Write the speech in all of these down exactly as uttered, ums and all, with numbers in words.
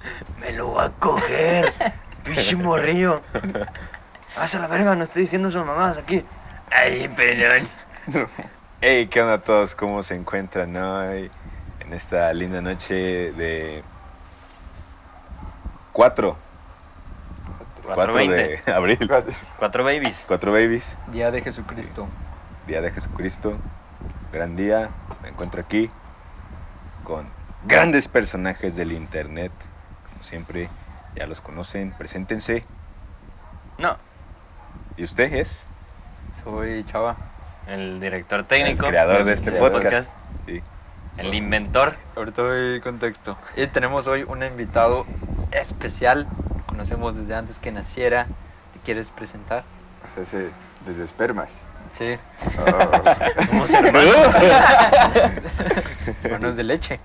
Me lo voy a coger. Pinche morrillo. Vas a la verga, no estoy diciendo sus mamadas aquí. Ay, pelón. Hey, ¿qué onda a todos? ¿Cómo se encuentran hoy? En esta linda noche de cuatro cuatro veinte. de abril. Cuatro babies. Cuatro babies. Día de Jesucristo. Sí. Día de Jesucristo. Gran día. Me encuentro aquí con grandes personajes del internet. Como siempre, ya los conocen. Preséntense. No, ¿Y usted es? Soy Chava. el director técnico. El creador de del este creador. podcast. Sí. El inventor. Ahorita doy contexto. Y tenemos hoy un invitado especial. Lo conocemos desde antes que naciera. ¿Te quieres presentar? O sea, ese, desde espermas. Sí. Oh. Somos hermanos. Manos de leche.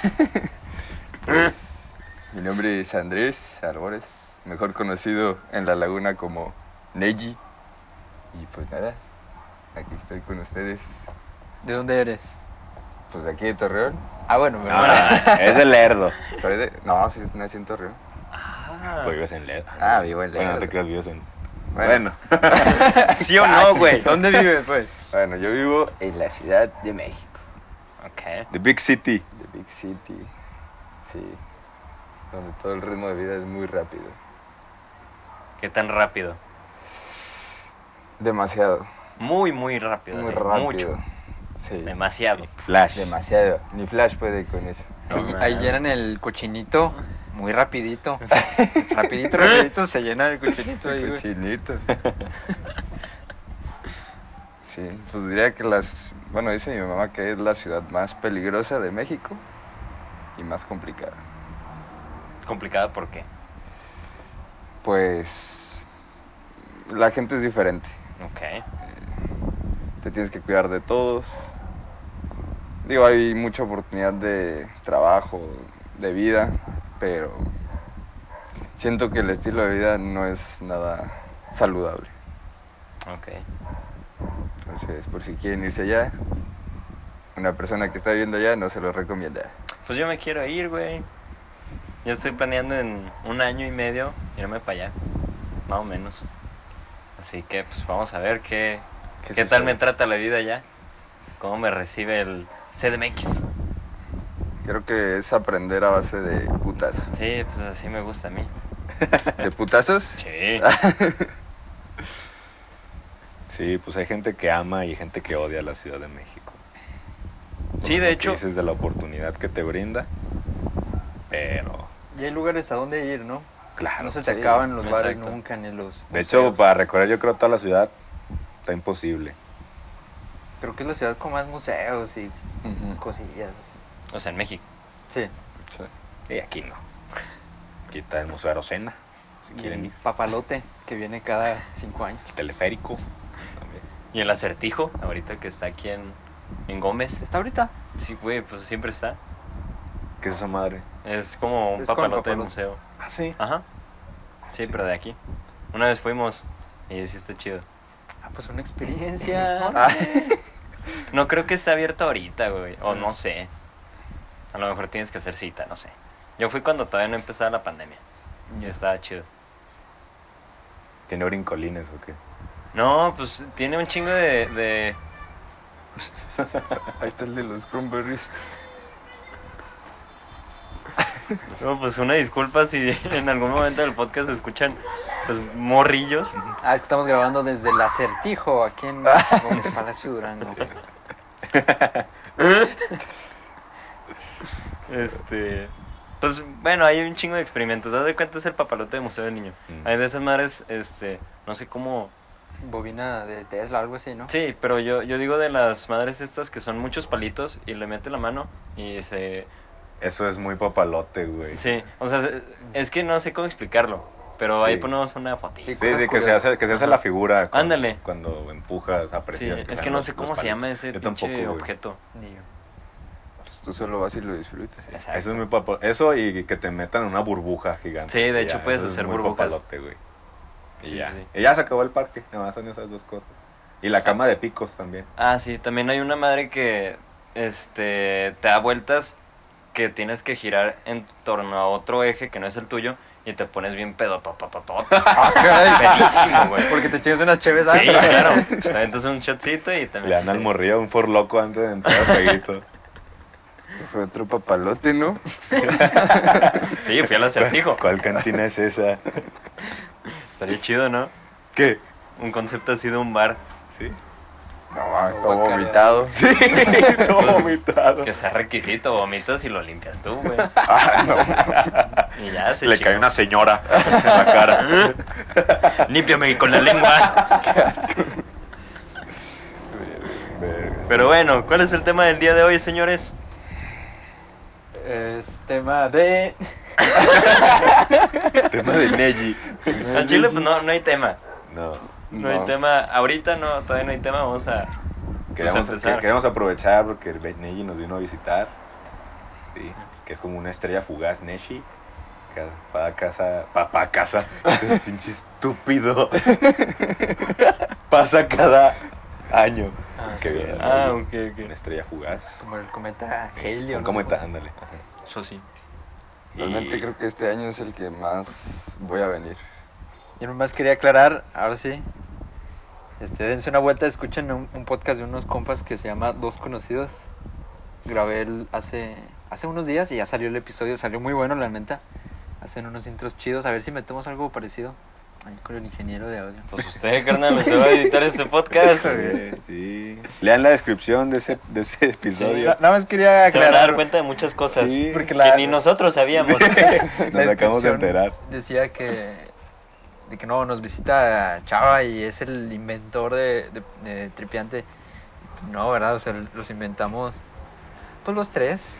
Pues, mi nombre es Andrés Albores, mejor conocido en la laguna como Neji. Y pues nada, aquí estoy con ustedes. ¿De dónde eres? Pues de aquí de Torreón. Ah, bueno, No, bueno. es de Lerdo. Soy de... No, sí, nací en Torreón. Ah, Pues vives en Lerdo. Ah, vivo en Bueno, no te Lerdo. creas, vives en... Bueno. Bueno. ¿sí o no, güey? ¿Dónde vives, pues? Bueno, yo vivo en la Ciudad de México, Ok. The Big City. de Big City. Sí, donde todo el ritmo de vida es muy rápido. ¿Qué tan rápido? Demasiado, Muy, muy rápido. muy sí, rápido. Mucho. Sí, Demasiado. Flash. demasiado. Ni Flash puede con eso. Ahí, ahí llenan el cochinito muy rapidito. rapidito, rapidito se llena el cochinito ahí, güey. Cochinito. Sí, pues diría que las... Bueno, dice mi mamá que es la ciudad más peligrosa de México y más complicada. ¿Complicada por qué? Pues la gente es diferente. Ok. Te tienes que cuidar de todos. Digo, hay mucha oportunidad de trabajo, de vida, pero siento que el estilo de vida no es nada saludable. Ok. Entonces, por si quieren irse allá, una persona que está viviendo allá no se lo recomienda. Pues yo me quiero ir, güey. Yo estoy planeando en un año y medio irme para allá. Más o menos. Así que, pues vamos a ver qué, ¿Qué qué tal sucede? me trata la vida allá. Cómo me recibe el C D M X. Creo que es aprender a base de putazos. Sí, pues así me gusta a mí. ¿De putazos? Sí. Sí, pues hay gente que ama y hay gente que odia la Ciudad de México. Sí, Por de lo hecho. que dices de la oportunidad que te brinda, pero Y hay lugares a donde ir, ¿no? claro. No se te sí, acaban los bares exacto. nunca, ni los De hecho, museos. para recorrer yo creo toda la ciudad está imposible. Creo que es la ciudad con más museos y Ujú. cosillas así. O sea, en México. Sí. Sí. Y aquí no. Aquí está el Museo Arocena, si Y quieren el ir. papalote, que viene cada cinco años. El teleférico también. Y el acertijo, ahorita que está aquí en, en Gómez. ¿Está ahorita? Sí, güey, pues siempre está. ¿Qué es esa madre? Es como Es- un es con papalote de papalote. museo. Ah, sí. Ajá. Sí, Sí. pero de aquí. Una vez fuimos y sí está chido. Ah, pues una experiencia. No creo que esté abierto ahorita, güey. O no sé. A lo mejor tienes que hacer cita, no sé. Yo fui cuando todavía no empezaba la pandemia. Y estaba chido. ¿Tiene brincolines o qué? No, pues tiene un chingo de... de... Ahí está el de los cranberries. No, pues una disculpa si en algún momento del podcast se escuchan pues morrillos. Ah, es que estamos grabando desde el acertijo aquí en Gómez Palacio Durango. Este... Pues bueno, hay un chingo de experimentos. ¿Haz de cuenta es el papalote de Museo del Niño? Mm. Hay de esas madres, este... No sé cómo... Bobina de Tesla, algo así, ¿no? Sí, pero yo, yo digo de las madres estas que son muchos palitos y le mete la mano y se... Eso es muy papalote, güey. Sí, o sea, es que no sé cómo explicarlo, pero ahí Sí. ponemos una fotito. Sí, Sí, cosas sí, que se curiosas. hace, que se hace Ajá. la figura cuando, Ándale. cuando empujas a Sí, presión. es salen que no los- sé cómo los se llama palitos. ese Yo pinche tampoco, güey. objeto. Ni yo. Pues tú solo vas y lo disfrutas. Exacto. Eso es muy papo- Eso y que te metan en una burbuja gigante. Sí, de Y hecho ya, puedes eso es hacer muy burbujas. papalote, güey. Y Sí, ya. sí, sí. Y ya se acabó el parque. Nada más son esas dos cosas. Y la cama de picos también. Ah, sí, también hay una madre que este te da vueltas que tienes que girar en torno a otro eje que no es el tuyo y te pones bien pedototototot. Ah, caray. Pedísimo, güey. Porque te chingas unas cheves Sí, antes. claro. Te aventas un shotcito y te Le dan al metes- morrillo un forloco antes de entrar al jueguito. Este fue otro papalote, ¿no? Sí, fui al acertijo. ¿Cuál cantina es esa? Estaría chido, ¿no? ¿Qué? Un concepto así de un bar. ¿Sí? No, mames, todo guacala. vomitado. Sí, todo vomitado. Que sea requisito, vomitas y lo limpias tú, güey. Ah, no. Y ya se Le chingó. cae una señora en la cara. Límpiame con la lengua. Verga. Pero bueno, ¿cuál es el tema del día de hoy, señores? Es tema de... Tema de Neji. Al chile, pues no, no hay tema. No. No, hay No. tema. Ahorita no, todavía no hay tema. Vamos a. Queremos, empezar. que- queremos aprovechar porque el Neji nos vino a visitar. Sí, que es como una estrella fugaz, Neji. Cada, para casa. Papá casa. Este pinche estúpido. Pasa cada año. Ah, Qué sí. bien. Ah, Neji. ok, Una ok. estrella fugaz. Como el cometa Haley. o Un no sé cometa, cómo ándale. Eso sí. Realmente Y- creo que este año es el que más voy a venir. se- Yo nomás quería aclarar, ahora sí. Este, dense una vuelta, escuchen un, un podcast de unos compas que se llama Dos Conocidos. Grabé el hace, hace unos días y ya salió el episodio. Salió muy bueno, la neta. Hacen unos intros chidos. A ver si metemos algo parecido ahí con el ingeniero de audio. Pues usted, carnal, se va a editar este podcast. Sí, sí. Lean la descripción de ese, de ese episodio. Na- Nada más quería Se van a dar aclarar. cuenta de muchas cosas. Sí. Porque Que la, ni nosotros sabíamos. Nos acabamos de enterar. Decía que, de que no, nos visita Chava y es el inventor de, de, de Tripiante. No, ¿verdad? O sea, los inventamos pues los tres.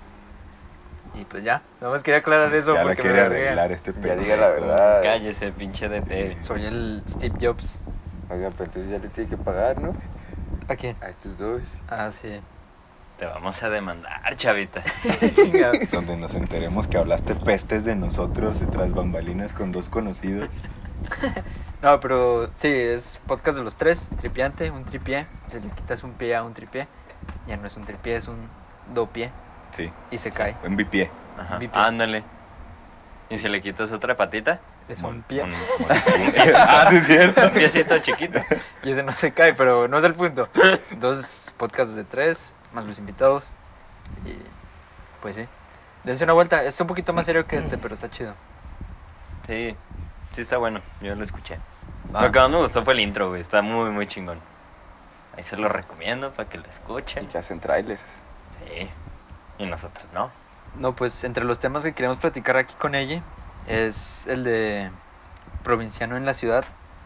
Y pues ya, nada más quería aclarar eso Ya la porque me quiere vergué. arreglar este Ya pedo. diga la verdad. Cállese, pinche D T. Soy el Steve Jobs. Oiga, pero entonces ya le tiene que pagar, ¿no? ¿A quién? A estos dos. Ah, sí. Te vamos a demandar, chavita. Chingado. Donde nos enteremos que hablaste pestes de nosotros detrás bambalinas con dos conocidos. No, pero sí, es podcast de los tres. Tripiante, un tripié. Si le quitas un pie a un tripié, ya no es un tripié, es un dopié. Sí, Y se cae. en bipié. Ajá. Bipe. Ándale. ¿Y si le quitas otra patita? Es Mon- un pie. Un, un piecito, Ah, sí, es cierto. un piecito chiquito. Y ese no se cae, pero no es el punto. Entonces, podcast de tres, más los invitados. Y pues sí. Dense una vuelta. Es un poquito más serio que este, pero está chido. Sí, sí está bueno. Yo lo escuché. Va. Lo que más me gustó fue el intro, güey. Está muy, muy chingón. Ahí se lo recomiendo para que lo Y escuchen. que hacen trailers. Sí. Y nosotros no. No, pues entre los temas que queremos platicar aquí con ella es el de provinciano en la ciudad.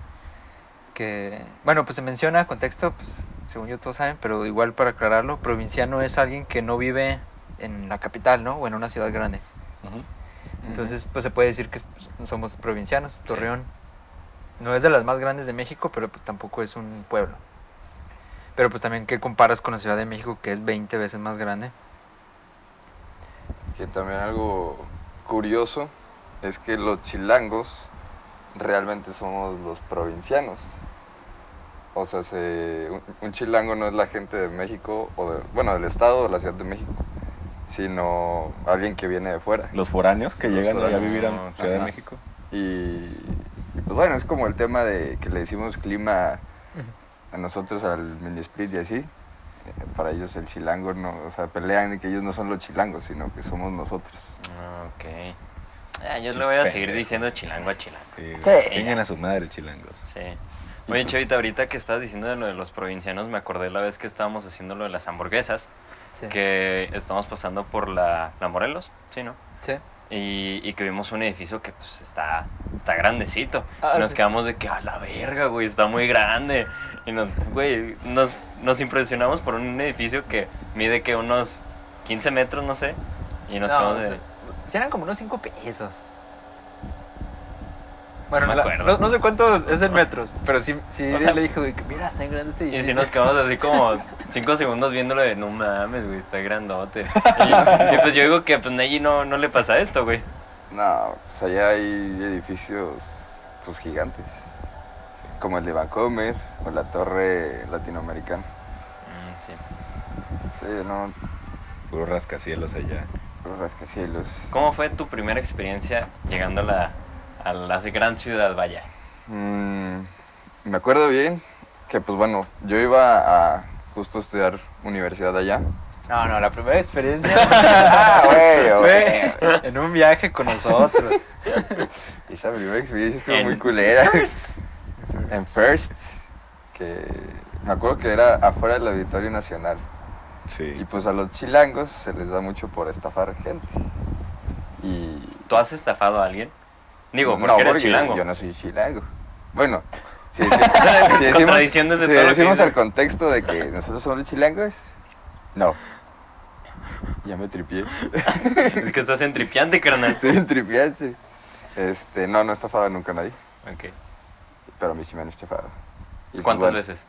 Que, bueno, pues se menciona, contexto, pues según yo todos saben, pero igual para aclararlo, provinciano es alguien que no vive en la capital, ¿no? O en una ciudad grande. Entonces, pues se puede decir que pues, somos provincianos. Torreón no es de las más grandes de México, pero pues tampoco es un pueblo. Pero pues también que comparas con la Ciudad de México, que es veinte veces más grande. Que también algo curioso es que los chilangos realmente somos los provincianos. O sea, se- un, un chilango no es la gente de México, o de- bueno, del estado o de la Ciudad de México, sino alguien que viene de fuera. Los foráneos que Los llegan allá a foráneos, vivir a no, Ciudad de ajá. México. Y, y, pues bueno, es como el tema de que le decimos clima a nosotros al mini split y así. Eh, Para ellos el chilango no, o sea, pelean de que ellos no son los chilangos, sino que somos nosotros. Ah, ok. Ah, yo le voy a seguir diciendo chilango a chilango. Sí, Sí. Tengan a su madre, chilangos. Sí. Oye, Chavita, ahorita que estabas diciendo de lo de los provincianos, me acordé la vez que estábamos haciendo lo de las hamburguesas, Sí. que estamos pasando por la, la Morelos, ¿sí, no? Sí. Y, y que vimos un edificio que pues está, está grandecito. Ah, y nos sí. quedamos de que a la verga, güey, está muy grande. Y nos, güey, nos, nos impresionamos por un edificio que mide que unos quince metros, no sé. Y nos No, quedamos de... sí. Sí, eran como unos cinco pesos. Bueno, No me la- acuerdo. no, no sé cuántos es en metros, pero sí, sí O sea, le dije, güey, que mira, está en grande este Y edificio. si nos quedamos así como cinco segundos viéndolo de no mames, güey, está grandote. Y, y pues yo digo que pues Neji no, no le pasa esto, güey. No, pues allá hay edificios pues gigantes, como el de Vancomer o la Torre Latinoamericana. Mm, sí. Sí, no, Puro rascacielos allá. los rascacielos. ¿Cómo fue tu primera experiencia llegando a la, a la gran ciudad, vaya? Mm, me acuerdo bien que, pues bueno, yo iba a justo estudiar universidad allá. No, no, la primera experiencia Ah, güey, fue en un viaje con nosotros. Esa primera experiencia estuvo En muy culera. First. En First, que me acuerdo que era afuera del Auditorio Nacional. Y Sí. pues a los chilangos se les da mucho por estafar gente. Y... ¿Tú has estafado a alguien? Digo, porque no, eres porque chilango. yo no soy chilango. Bueno, si, decimos, si decimos, Contradicciones de si todo lo que decimos dice. el contexto de que nosotros somos los chilangos, no. Ya me tripié. Es que estás entripiante, carnal. Estoy en tripiante. Este, no, no he estafado nunca a nadie, Ok. pero a mí sí me han estafado. Y pues, ¿Cuántas bueno, veces?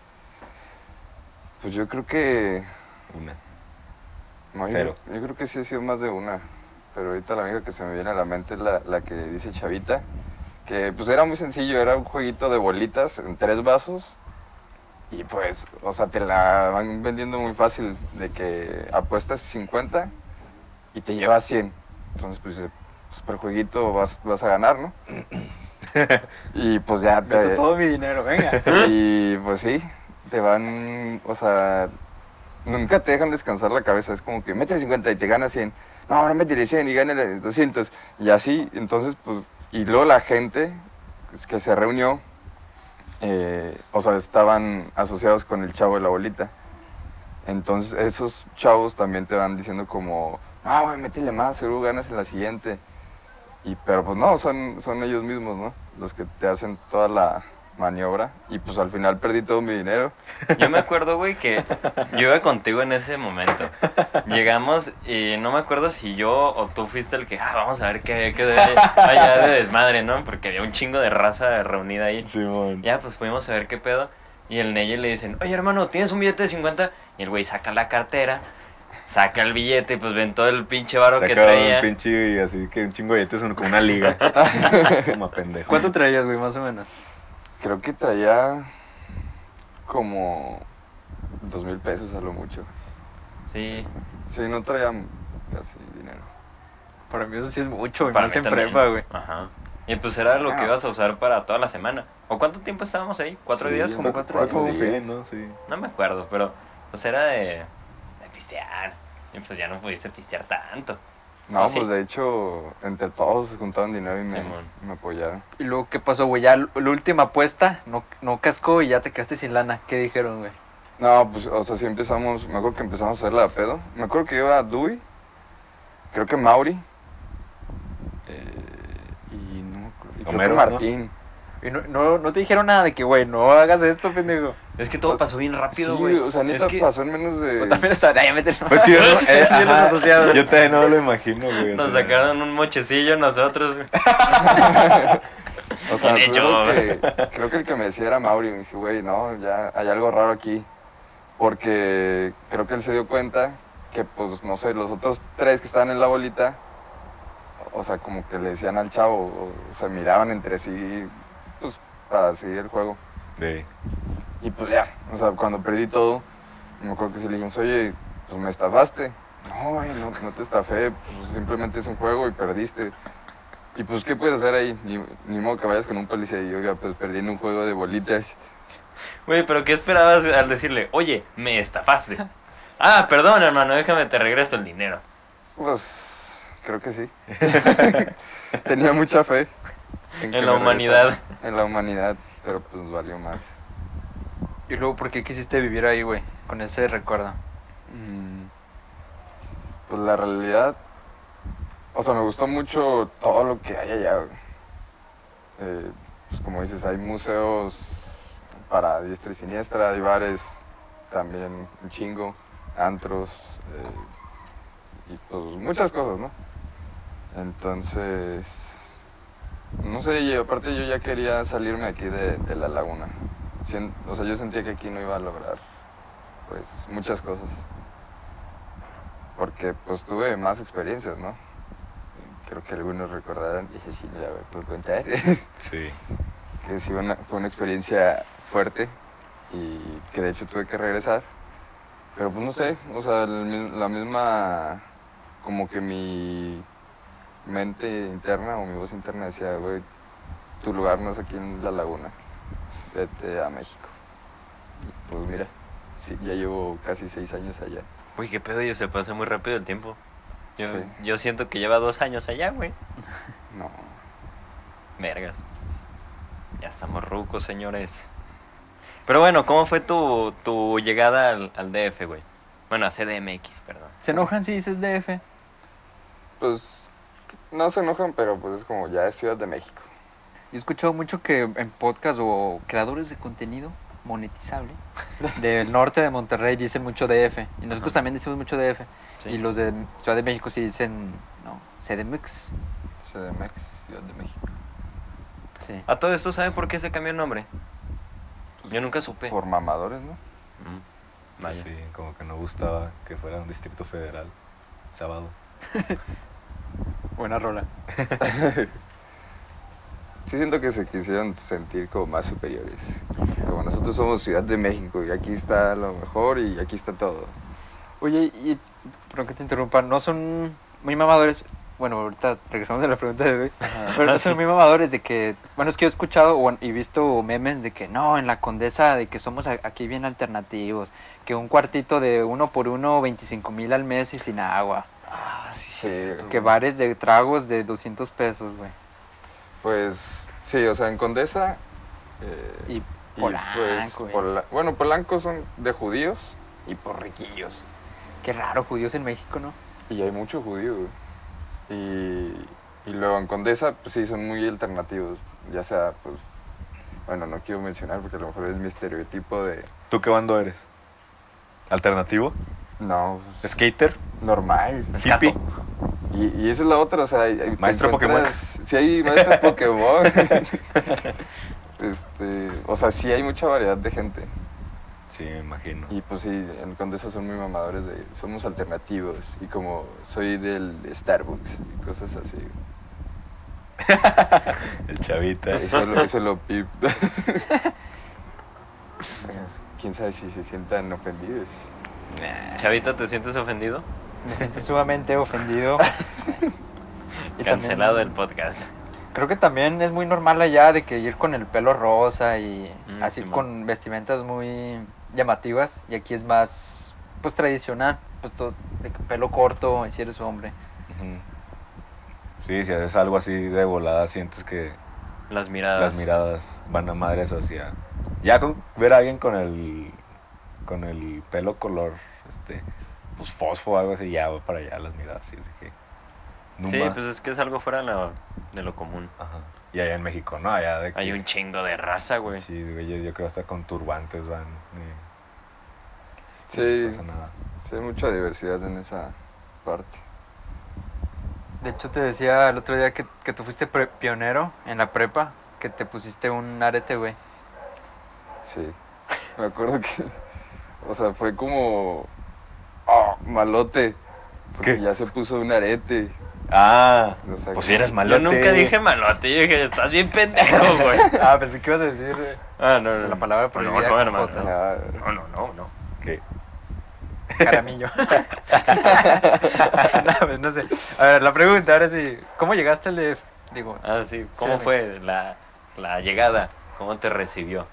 Pues yo creo que... Una. no, yo- Cero. Yo, creo que sí ha sido más de una. Pero ahorita la única que se me viene a la mente es la, la que dice Chavita. Que pues era muy sencillo, era un jueguito de bolitas en tres vasos. Y pues, o sea, te la van vendiendo muy fácil. De que apuestas cincuenta y te llevas cien. Entonces, pues, eh, pues por jueguito vas, vas a ganar, ¿no? Y pues ya te... Meto todo mi dinero, venga. Y pues sí, te van, o sea, nunca te dejan descansar la cabeza. Es como que mete cincuenta y te ganas cien. No, ahora métele cien y gánale doscientos. Y así, entonces, pues, y luego la gente es que se reunió, eh, o sea, estaban asociados con el chavo de la bolita. Entonces, esos chavos también te van diciendo como, ah, güey, métele más, seguro ganas en la siguiente. Y, pero pues no, son, son ellos mismos, ¿no? Los que te hacen toda la maniobra. Y pues al final perdí todo mi dinero. Yo me acuerdo, güey, que yo iba contigo en ese momento. Llegamos y no me acuerdo si yo o tú fuiste el que, ah, vamos a ver qué, qué de, allá de desmadre, ¿no? Porque había un chingo de raza reunida ahí. Simón. Ya, pues fuimos a ver qué pedo. Y el Neye le dicen, oye, hermano, ¿tienes un billete de cincuenta? Y el güey saca la cartera, saca el billete y pues ven todo el pinche varo que Sacaron traía. un pinche y así que un chingo de billetes son como una liga. Como a pendejo. ¿Cuánto traías, güey, más o menos? Creo que traía como dos mil pesos a lo mucho. Sí, Sí, no traía casi dinero. Para mí eso sí es mucho, güey, para más mí en también. prepa, güey. Ajá. Y pues era lo que Ah. ibas a usar para toda la semana. ¿O cuánto tiempo estábamos ahí? ¿Cuatro Sí, días? como Como Fue, cuatro fue como un días. fin, ¿no? Sí. No me acuerdo, pero pues era de, de pistear. Y pues ya no pudiste pistear tanto. No, ¿Ah, sí? pues de hecho, entre todos se juntaban dinero y me, Simón. me apoyaron. ¿Y luego qué pasó, güey? Ya l- la última apuesta no, no cascó y ya te quedaste sin lana. ¿Qué dijeron, güey? No, pues, o sea, sí empezamos, me acuerdo que empezamos a hacerla de pedo. Me acuerdo que iba Dewey, creo que Mauri, eh, y no me acuerdo, y creo Homero, que ¿no? Martín. Y no, no, no te dijeron nada de que, güey, no hagas esto, pendejo. Es que todo pasó bien rápido, Sí, güey. o sea, neta es que pasó en menos de... O también está, ya métele. Pues que yo no, eh, Bien los ajá, asociados. yo también no lo imagino, güey. nos o sea, sacaron un mochecillo nosotros, güey. O sea, Bien me hecho. acuerdo que, creo que el que me decía era Mauri, me dice, güey, no, ya hay algo raro aquí. Porque creo que él se dio cuenta que, pues, no sé, los otros tres que estaban en la bolita, o sea, como que le decían al chavo, o se miraban entre sí, pues, para seguir el juego. de- Y pues ya, o sea, cuando perdí todo, me acuerdo que se le dijimos, oye, pues me estafaste. No, güey, no, no te estafé, pues simplemente es un juego y perdiste. Y pues, ¿qué puedes hacer ahí? Ni, ni modo que vayas con un policía y, oiga, pues perdí en un juego de bolitas. Güey, pero ¿qué esperabas al decirle, oye, me estafaste? Ah, perdón, hermano, déjame, te regreso el dinero. Pues, creo que sí. Tenía mucha fe. En que la me humanidad. regresara. En la humanidad, pero pues valió más. Y luego, ¿por qué quisiste vivir ahí, güey? Con ese recuerdo. Mm, Pues la realidad, o sea, me gustó mucho todo lo que hay allá, güey. Eh, pues como dices, hay museos para diestra y siniestra, hay bares también un chingo, antros, eh, y pues muchas cosas, ¿no? Entonces, no sé, y aparte yo ya quería salirme aquí de, de la laguna. Sien- o sea, yo sentía que aquí no iba a lograr, pues, muchas cosas. Porque pues tuve más experiencias, ¿no? Creo que algunos recordarán, esa sí no la voy a poder contar, Sí. que sí una- fue una experiencia fuerte y que de hecho tuve que regresar. Pero pues no sé, o sea, el mi- la misma como que mi mente interna o mi voz interna decía, güey, tu lugar no es aquí en La Laguna, vete a México. Y pues mira, sí, ya llevo casi seis años allá. Uy, qué pedo, y se pasa muy rápido el tiempo. Yo, Sí. yo siento que lleva dos años allá, güey. No, Vergas. Ya estamos rucos, señores. Pero bueno, ¿cómo fue tu, tu llegada al, al D F, güey? Bueno, a C D M X, perdón. ¿Se enojan si dices D F? pues no se enojan, pero pues es como ya es Ciudad de México. Yo he escuchado mucho que en podcast o creadores de contenido monetizable del norte de Monterrey dicen mucho D F. Y nosotros Ajá. también decimos mucho D F. Sí. Y los de Ciudad de México sí dicen, no, C D M X. C D M X, Ciudad de México. Sí. ¿A todo esto saben por qué se cambió el nombre? Yo nunca supe. Por mamadores, ¿no? Mm, Pues vaya. sí, como que no gustaba que fuera un distrito federal. Sábado. Buena rola. Sí siento que se quisieron sentir como más superiores. Como nosotros somos Ciudad de México y aquí está lo mejor y aquí está todo. Oye, y perdón que te interrumpa, ¿no son muy mamadores? Bueno, ahorita regresamos a la pregunta de hoy. Pero no son muy mamadores de que, bueno, es que yo he escuchado o- y visto memes de que no, en la Condesa, de que somos a- aquí bien alternativos, que un cuartito de uno por uno, veinticinco mil al mes y sin agua, Ah, sí, Sí, que bares de tragos de doscientos pesos, güey. Pues sí, o sea, en Condesa... eh, Y y, Polanco, pues, güey. Pola- bueno, Polanco son de judíos y por riquillos. Qué raro, judíos en México, ¿no? Y hay mucho judío, güey. Y, y luego en Condesa, pues sí, son muy alternativos. Ya sea, pues, bueno, no quiero mencionar porque a lo mejor es mi estereotipo de... ¿Tú qué bando eres? ¿Alternativo? No, pues, ¿Skater? normal. Escato. ¿Hippie? Y, y esa es la otra, o sea... hay- hay- te Maestro encuentras- Sí hay maestros Pokémon. este, o sea, sí hay mucha variedad de gente. Sí, me imagino. Y pues sí, en Condesa son muy mamadores de... Somos alternativos. Y como soy del Starbucks y cosas así. El chavita. Eso, lo- eso lo pip. Quién sabe si se sientan ofendidos. Chavita, ¿te sientes ofendido? Me sentí sumamente ofendido. Y Cancelado también- el podcast. Creo que también es muy normal allá de que ir con el pelo rosa y Mm, así Simón. con vestimentas muy llamativas. Y aquí es más, pues, tradicional. Pues todo, de que pelo corto, y si eres hombre. Ujú. Sí, si haces algo así de volada, sientes que Las miradas. las miradas van a madres hacia... Ya con ver a alguien con el con el pelo color, este, pues fosfo o algo así, ya va para allá las miradas. Así de que... Sí, Numa. pues es que es algo fuera de lo, de lo común. Ajá. Y allá en México, ¿no? Allá de que... Hay un chingo de raza, güey. Sí, güey, yo creo hasta con turbantes van. y Sí, No pasa nada. sí hay mucha diversidad en esa parte. De hecho, te decía el otro día que, que tú fuiste pre- pionero en la prepa, que te pusiste un arete, güey. Sí. Me acuerdo que... O sea, fue como... ¡Oh, malote! Porque ¿Qué? ya se puso un arete. Ah, O sea, pues que- si eres Yo malote. nunca dije malote, yo dije, estás bien pendejo, güey. Ah, pensé que ibas a decir eh, Ah, no, no. la palabra no, prohibida no, con hermano. J. Ah, No, no, no, no. ¿Qué? Caramillo. no, pues, no sé. A ver, la pregunta ahora sí. ¿Cómo llegaste al D F? Digo, Ah, sí. ¿Cómo Sí, fue la, la llegada? ¿Cómo te recibió?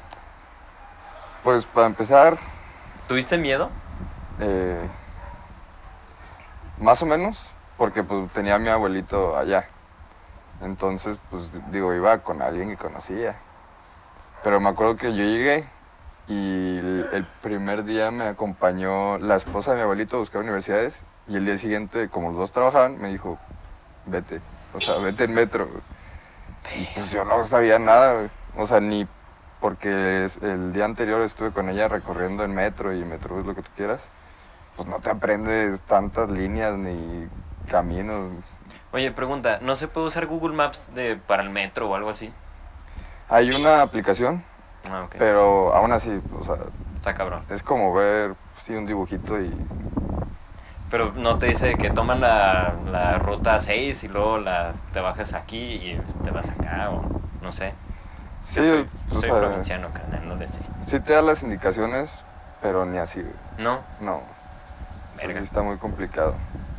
pues para empezar, ¿Tuviste miedo? eh, más o menos, porque pues tenía a mi abuelito allá. Entonces, pues digo, iba con alguien que conocía. Pero me acuerdo que yo llegué y el, el primer día me acompañó la esposa de mi abuelito a buscar universidades y el día siguiente, como los dos trabajaban, me dijo, vete, o sea, vete en metro. Güey. Y pues yo no sabía nada, güey. O sea, ni porque es- el día anterior estuve con ella recorriendo en metro y metro es lo que tú quieras. Pues no te aprendes tantas líneas ni caminos. Oye, pregunta, ¿no se puede usar Google Maps de, para el metro o algo así? Hay una aplicación, Ah, ok. pero aún así, o sea, Está cabrón. es como ver, sí, un dibujito y... Pero no te dice que toman la, la ruta seis y luego la, te bajas aquí y te vas acá o no sé. Sí, Yo soy, o soy sea, provinciano, carnal, no le sé. sí te da las indicaciones, pero ni así, güey. ¿No? No, o sea, Verga. sí está muy complicado.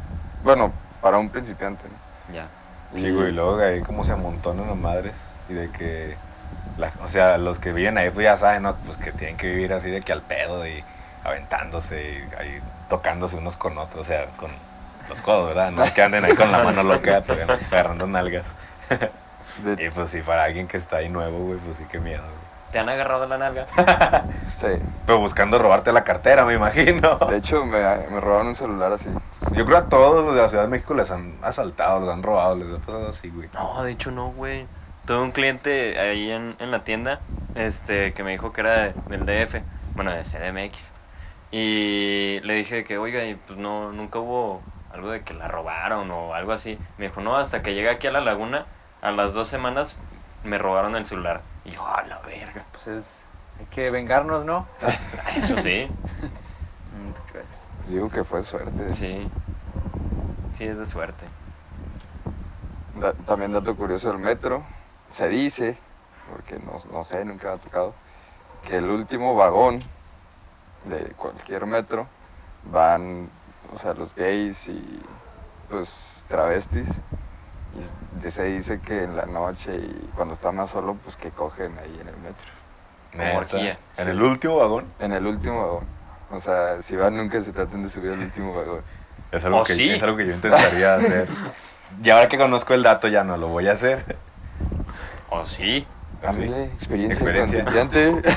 Bueno, para un principiante, ¿no? Ya. Sí, güey, y luego ahí como se amontonan las madres y de que, la- o sea, los que viven ahí pues ya saben, ¿no? Pues que tienen que vivir así de que al pedo y aventándose y ahí tocándose unos con otros, o sea, con los codos, ¿verdad? No que anden ahí con la mano loca tocando- agarrando nalgas. De- Y pues si para alguien que está ahí nuevo, güey, pues sí, qué miedo, güey. ¿Te han agarrado la nalga? sí. Pero buscando robarte la cartera, me imagino. De hecho, me, me robaron un celular así. Yo creo a todos los de la Ciudad de México les han asaltado, les han robado, les ha pasado así, güey. No, de hecho no, güey. Tuve un cliente ahí en, en la tienda este, que me dijo que era de- del D F, bueno, de C D M X. Y le dije que, oiga, y pues no, nunca hubo algo de que la robaron o algo así. Me dijo, no, hasta que llegué aquí a la laguna, a las dos semanas me robaron el celular. Y yo, a la verga. Pues es... Hay que vengarnos, ¿no? Eso sí, Mm, ¿te crees? Digo que fue suerte. sí. Sí, es de suerte. Da- también dato curioso del metro. Se dice, porque no, no sé, nunca me ha tocado, que el último vagón de cualquier metro van, o sea, los gays y pues travestis. Y s- se dice que en la noche y cuando está más solo, pues que cogen ahí en el metro. Como Neta. orgía. En Sí. el último vagón. En el último vagón. O sea, si van, nunca se traten de subir al último vagón. Es algo, ¿Oh, que, sí? es algo que yo intentaría hacer. Y ahora que conozco el dato ya no lo voy a hacer. ¿O sí? Así. Ándale, experiencia, Experiencia. principiante.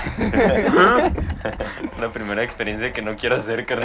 La primera experiencia que no quiero hacer, carnal.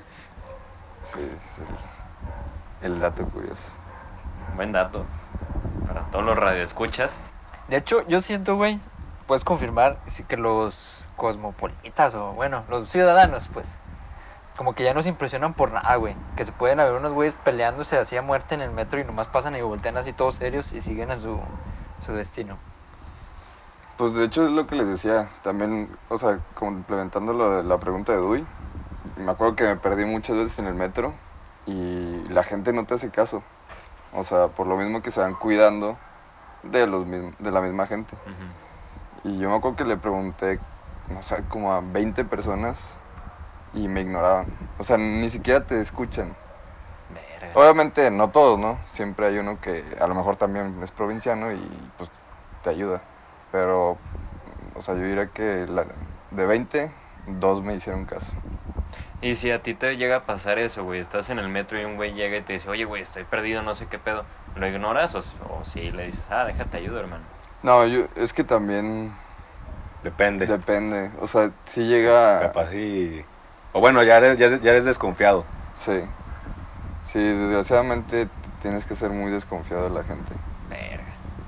Sí, sí. El dato curioso. Buen dato. Para todos los radioescuchas. De hecho, yo siento, güey, puedes confirmar sí, que los cosmopolitas o, bueno, los ciudadanos, pues, como que ya no se impresionan por nada, güey. Que se pueden haber unos güeyes peleándose así a muerte en el metro y nomás pasan y voltean así todos serios y siguen a su, su destino. Pues de hecho es lo que les decía. También, o sea, complementando lo de la pregunta de Dui, me acuerdo que me perdí muchas veces en el metro y la gente no te hace caso. O sea, por lo mismo que se van cuidando de, los mism- de la misma gente. Ujú. Y yo me acuerdo que le pregunté, no sé, como a veinte personas y me ignoraban. O sea, ni siquiera te escuchan. Verga. Obviamente no todos, ¿no? Siempre hay uno que a lo mejor también es provinciano y pues te ayuda. Pero, o sea, yo diría que la- de veinte, dos me hicieron caso. Y si a ti te llega a pasar eso, güey, estás en el metro y un güey llega y te dice, oye, güey, estoy perdido, no sé qué pedo, ¿lo ignoras o, o si le dices, ah, déjate ayudo, hermano? No, yo, es que también Depende. depende. O sea, si llega... Capaz y... O bueno, ya eres, ya, eres- ya eres desconfiado. Sí. Sí, desgraciadamente tienes que ser muy desconfiado de la gente. Verga.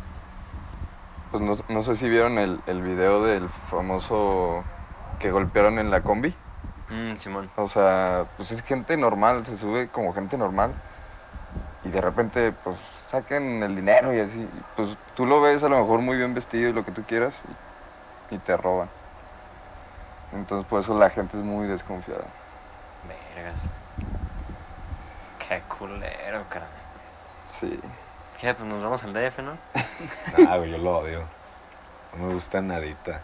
Pues no, no sé si vieron el, el video del famoso que golpearon en la combi. Mm, Simón. O sea, pues es gente normal, se sube como gente normal. Y de repente, pues sacan el dinero y así. Pues tú lo ves a lo mejor muy bien vestido y lo que tú quieras y, y te roban. Entonces por eso la gente es muy desconfiada. Vergas. Qué culero, carnal. Sí. ¿Qué? Pues nos vamos al D F, ¿no? Ah, güey, yo lo odio. No me gusta nadita.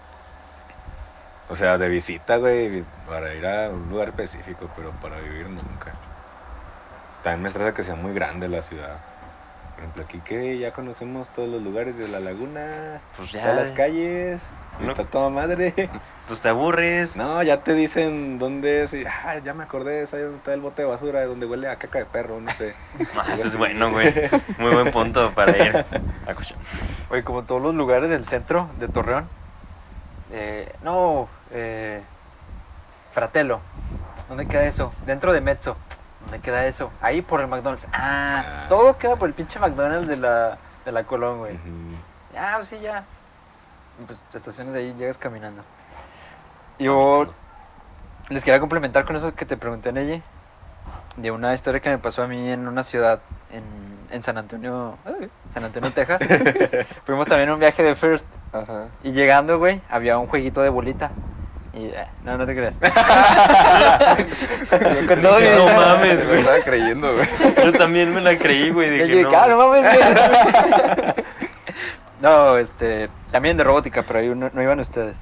O sea, de visita, güey, para ir a un lugar específico, pero para vivir nunca. También me estresa que sea muy grande la ciudad. Por ejemplo, aquí que ya conocemos todos los lugares de la laguna, Pues ya. todas las calles, y No. está toda madre. Pues te aburres. No, ya te dicen dónde es y, ah, ya me acordé, es ahí donde está el bote de basura, donde huele a caca de perro, no sé. Ah, eso es bueno, güey. Muy buen punto para ir a cochar. Oye, como todos los lugares del centro de Torreón. Eh, no, eh, Fratello. ¿Dónde queda eso? Dentro de Mezzo. ¿Dónde queda eso? Ahí por el McDonald's. Ah, Ah. todo queda por el pinche McDonald's de la, de la Colón, güey. Ujú. Ah, pues sí, ya. Pues estaciones de ahí, llegas caminando. Yo les quería complementar con eso que te pregunté en ella. De una historia que me pasó a mí en una ciudad en, en San Antonio, ay, San Antonio, Texas. Fuimos también a un viaje de First. Ajá. Y llegando, güey, había un jueguito de bolita. Y, eh, no, no te creas. Con todo mi No dinero. mames, Me güey. estaba creyendo, güey. Yo también me la creí, güey. Y Dije, yo, no. "Ah, no mames, güey". No, este, también de robótica, pero ahí no, no iban ustedes.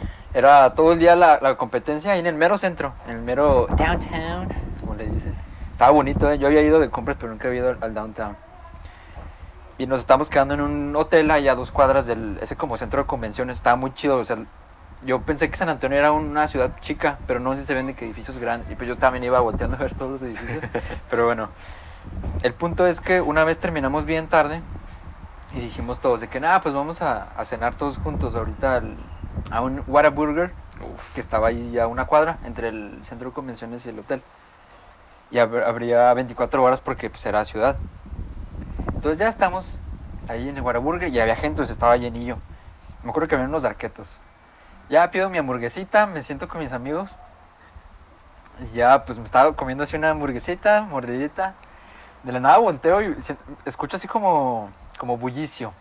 Era todo el día la, la competencia ahí en el mero centro, en el mero downtown, como le dicen. Estaba bonito, ¿eh? Yo había ido de compras, pero nunca había ido al, al downtown. Y nos estábamos quedando en un hotel ahí a dos cuadras del ese como centro de convenciones. Estaba muy chido, o sea, yo pensé que San Antonio era una ciudad chica, pero no sé si se ven de que edificios grandes. Y pues yo también iba volteando a ver todos los edificios. Pero bueno, el punto es que una vez terminamos bien tarde y dijimos todos de que nada, pues vamos a, a cenar todos juntos ahorita al, a un Whataburger, que estaba ahí a una cuadra entre el centro de convenciones y el hotel. Y hab- habría veinticuatro horas porque pues era ciudad. Entonces ya estamos ahí en el Whataburger y había gente, pues estaba llenillo. Me acuerdo que había unos arquetos. Ya pido mi hamburguesita, me siento con mis amigos. Y ya pues me estaba comiendo así una hamburguesita, mordidita. De la nada volteo y si- escucho así como, como bullicio.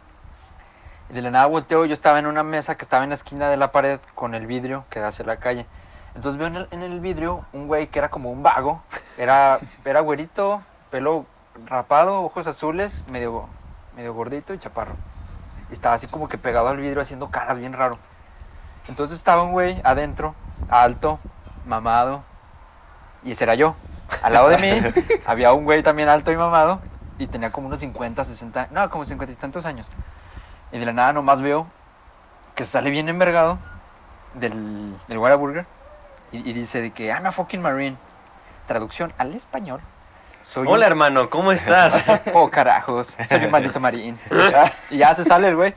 Y de la nada volteo y yo estaba en una mesa que estaba en la esquina de la pared con el vidrio que da hacia la calle. Entonces veo en el, en el vidrio un güey que era como un vago. Era, era güerito, pelo rapado, ojos azules, medio, medio gordito y chaparro. Y estaba así como que pegado al vidrio haciendo caras bien raro. Entonces estaba un güey adentro, alto, mamado, y ese era yo. Al lado de mí había un güey también alto y mamado y tenía como unos cincuenta, sesenta, no, como cincuenta y tantos años. Y de la nada nomás veo que sale bien envergado del, del Whataburger y, y dice de que I'm a fucking marine. Traducción al español. Soy Hola, un- hermano, ¿cómo estás? Oh, carajos, soy un maldito marín. Y ya se sale el güey.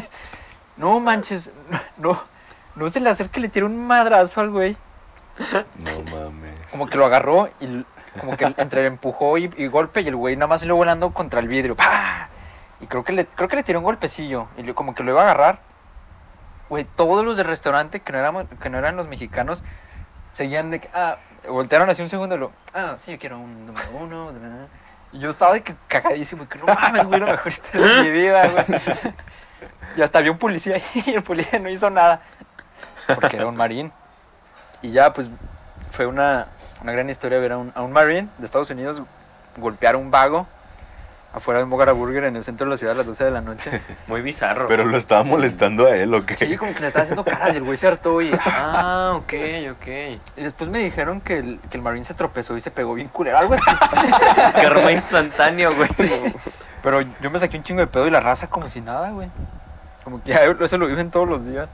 No manches, no, no se le acerca y le tira un madrazo al güey. No mames. Como que lo agarró y l- como que entre empujó y, y golpe y el güey nada más salió volando contra el vidrio. ¡Pah! Y creo que le, creo que le tiró un golpecillo y le- como que lo iba a agarrar. Güey, todos los del restaurante que no, éramos, que no eran los mexicanos seguían de que, ah, voltearon así un segundo y lo, ah, sí, yo quiero un número uno. de verdad". Y yo estaba de que cagadísimo, y que no mames, güey, la mejor historia de mi vida, güey. Y hasta había un policía ahí y el policía no hizo nada. Porque era un marín. Y ya, pues, fue una, una gran historia ver a un, a un marín de Estados Unidos golpear a un vago afuera de un Whataburger en el centro de la ciudad a las doce de la noche. Muy bizarro. Pero lo estaba molestando a él, ¿o qué? Sí, como que le estaba haciendo caras y el güey se hartó y... Ah, ok, ok. Y después me dijeron que el, que el marín se tropezó y se pegó bien culero, algo así. Karma instantáneo, güey. Pero yo me saqué un chingo de pedo y la raza como si nada, güey. Como que ya eso lo viven todos los días.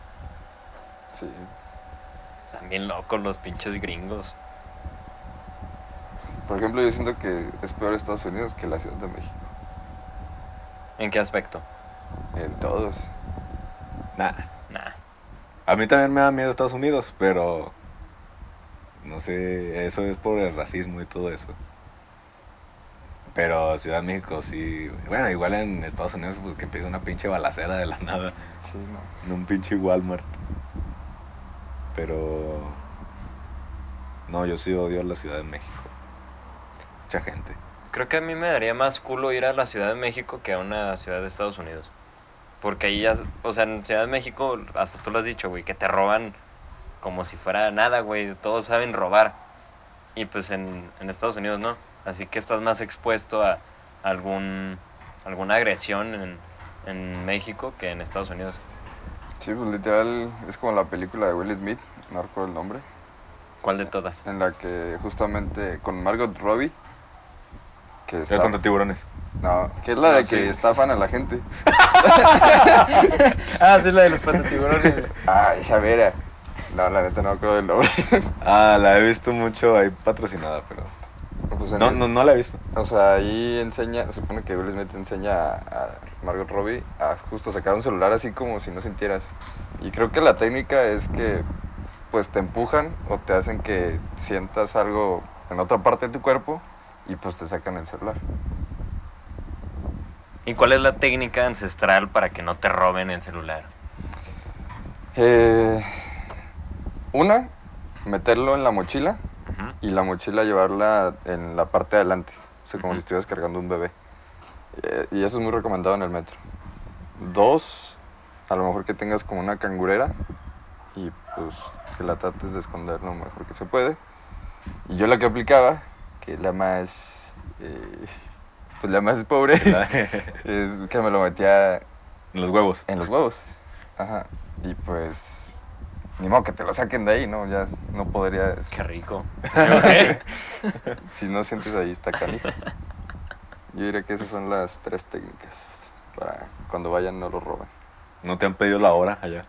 Sí. También locos los pinches gringos. Por ejemplo, yo siento que es peor Estados Unidos que la Ciudad de México. ¿En qué aspecto? En todos. Nah. Nah. A mí también me da miedo Estados Unidos, pero no sé, eso es por el racismo y todo eso. Pero Ciudad de México sí, bueno, igual en Estados Unidos pues que empieza una pinche balacera de la nada, Sí, no. en un pinche Walmart. Pero no, yo sí odio la Ciudad de México. Mucha gente. Creo que a mí me daría más culo ir a la Ciudad de México que a una ciudad de Estados Unidos. Porque ahí ya, o sea, en Ciudad de México, hasta tú lo has dicho, güey, que te roban como si fuera nada, güey. Todos saben robar. Y pues en, en Estados Unidos no. Así que estás más expuesto a algún alguna agresión en, en México que en Estados Unidos. Sí, pues literal es como la película de Will Smith, no recuerdo el nombre, ¿Cuál de todas? en la que justamente con Margot Robbie, que Ya está, contra tiburones. no, que es la No, de sí, que sí. estafan a la gente. Ah, sí, la de los patatiburones. Ay, Chavera. No, la neta no me acuerdo del nombre. Ah, la he visto mucho ahí patrocinada, pero Pues en no, el- no, no la he visto. O sea, ahí enseña, se supone que Will Smith enseña a, a Margot Robbie a justo sacar un celular así como si no sintieras. Y creo que la técnica es que pues te empujan o te hacen que sientas algo en otra parte de tu cuerpo y pues te sacan el celular. ¿Y cuál es la técnica ancestral para que no te roben el celular? Eh, una, meterlo en la mochila Ujú. y la mochila llevarla en la parte de adelante, o sea, como Ujú. si estuvieras cargando un bebé. Eh, y eso es muy recomendado en el metro. Dos, a lo mejor que tengas como una cangurera y pues que la trates de esconder lo mejor que se puede. Y yo la que aplicaba, que es la más, eh, pues la más pobre, es que me lo metía En los huevos. en los huevos. Ajá. Y pues ni modo que te lo saquen de ahí, ¿no? Ya no podrías. Qué rico. Si no sientes ahí, está canijo. Yo diría que esas son las tres técnicas para cuando vayan no lo roben. ¿No te han pedido la hora allá?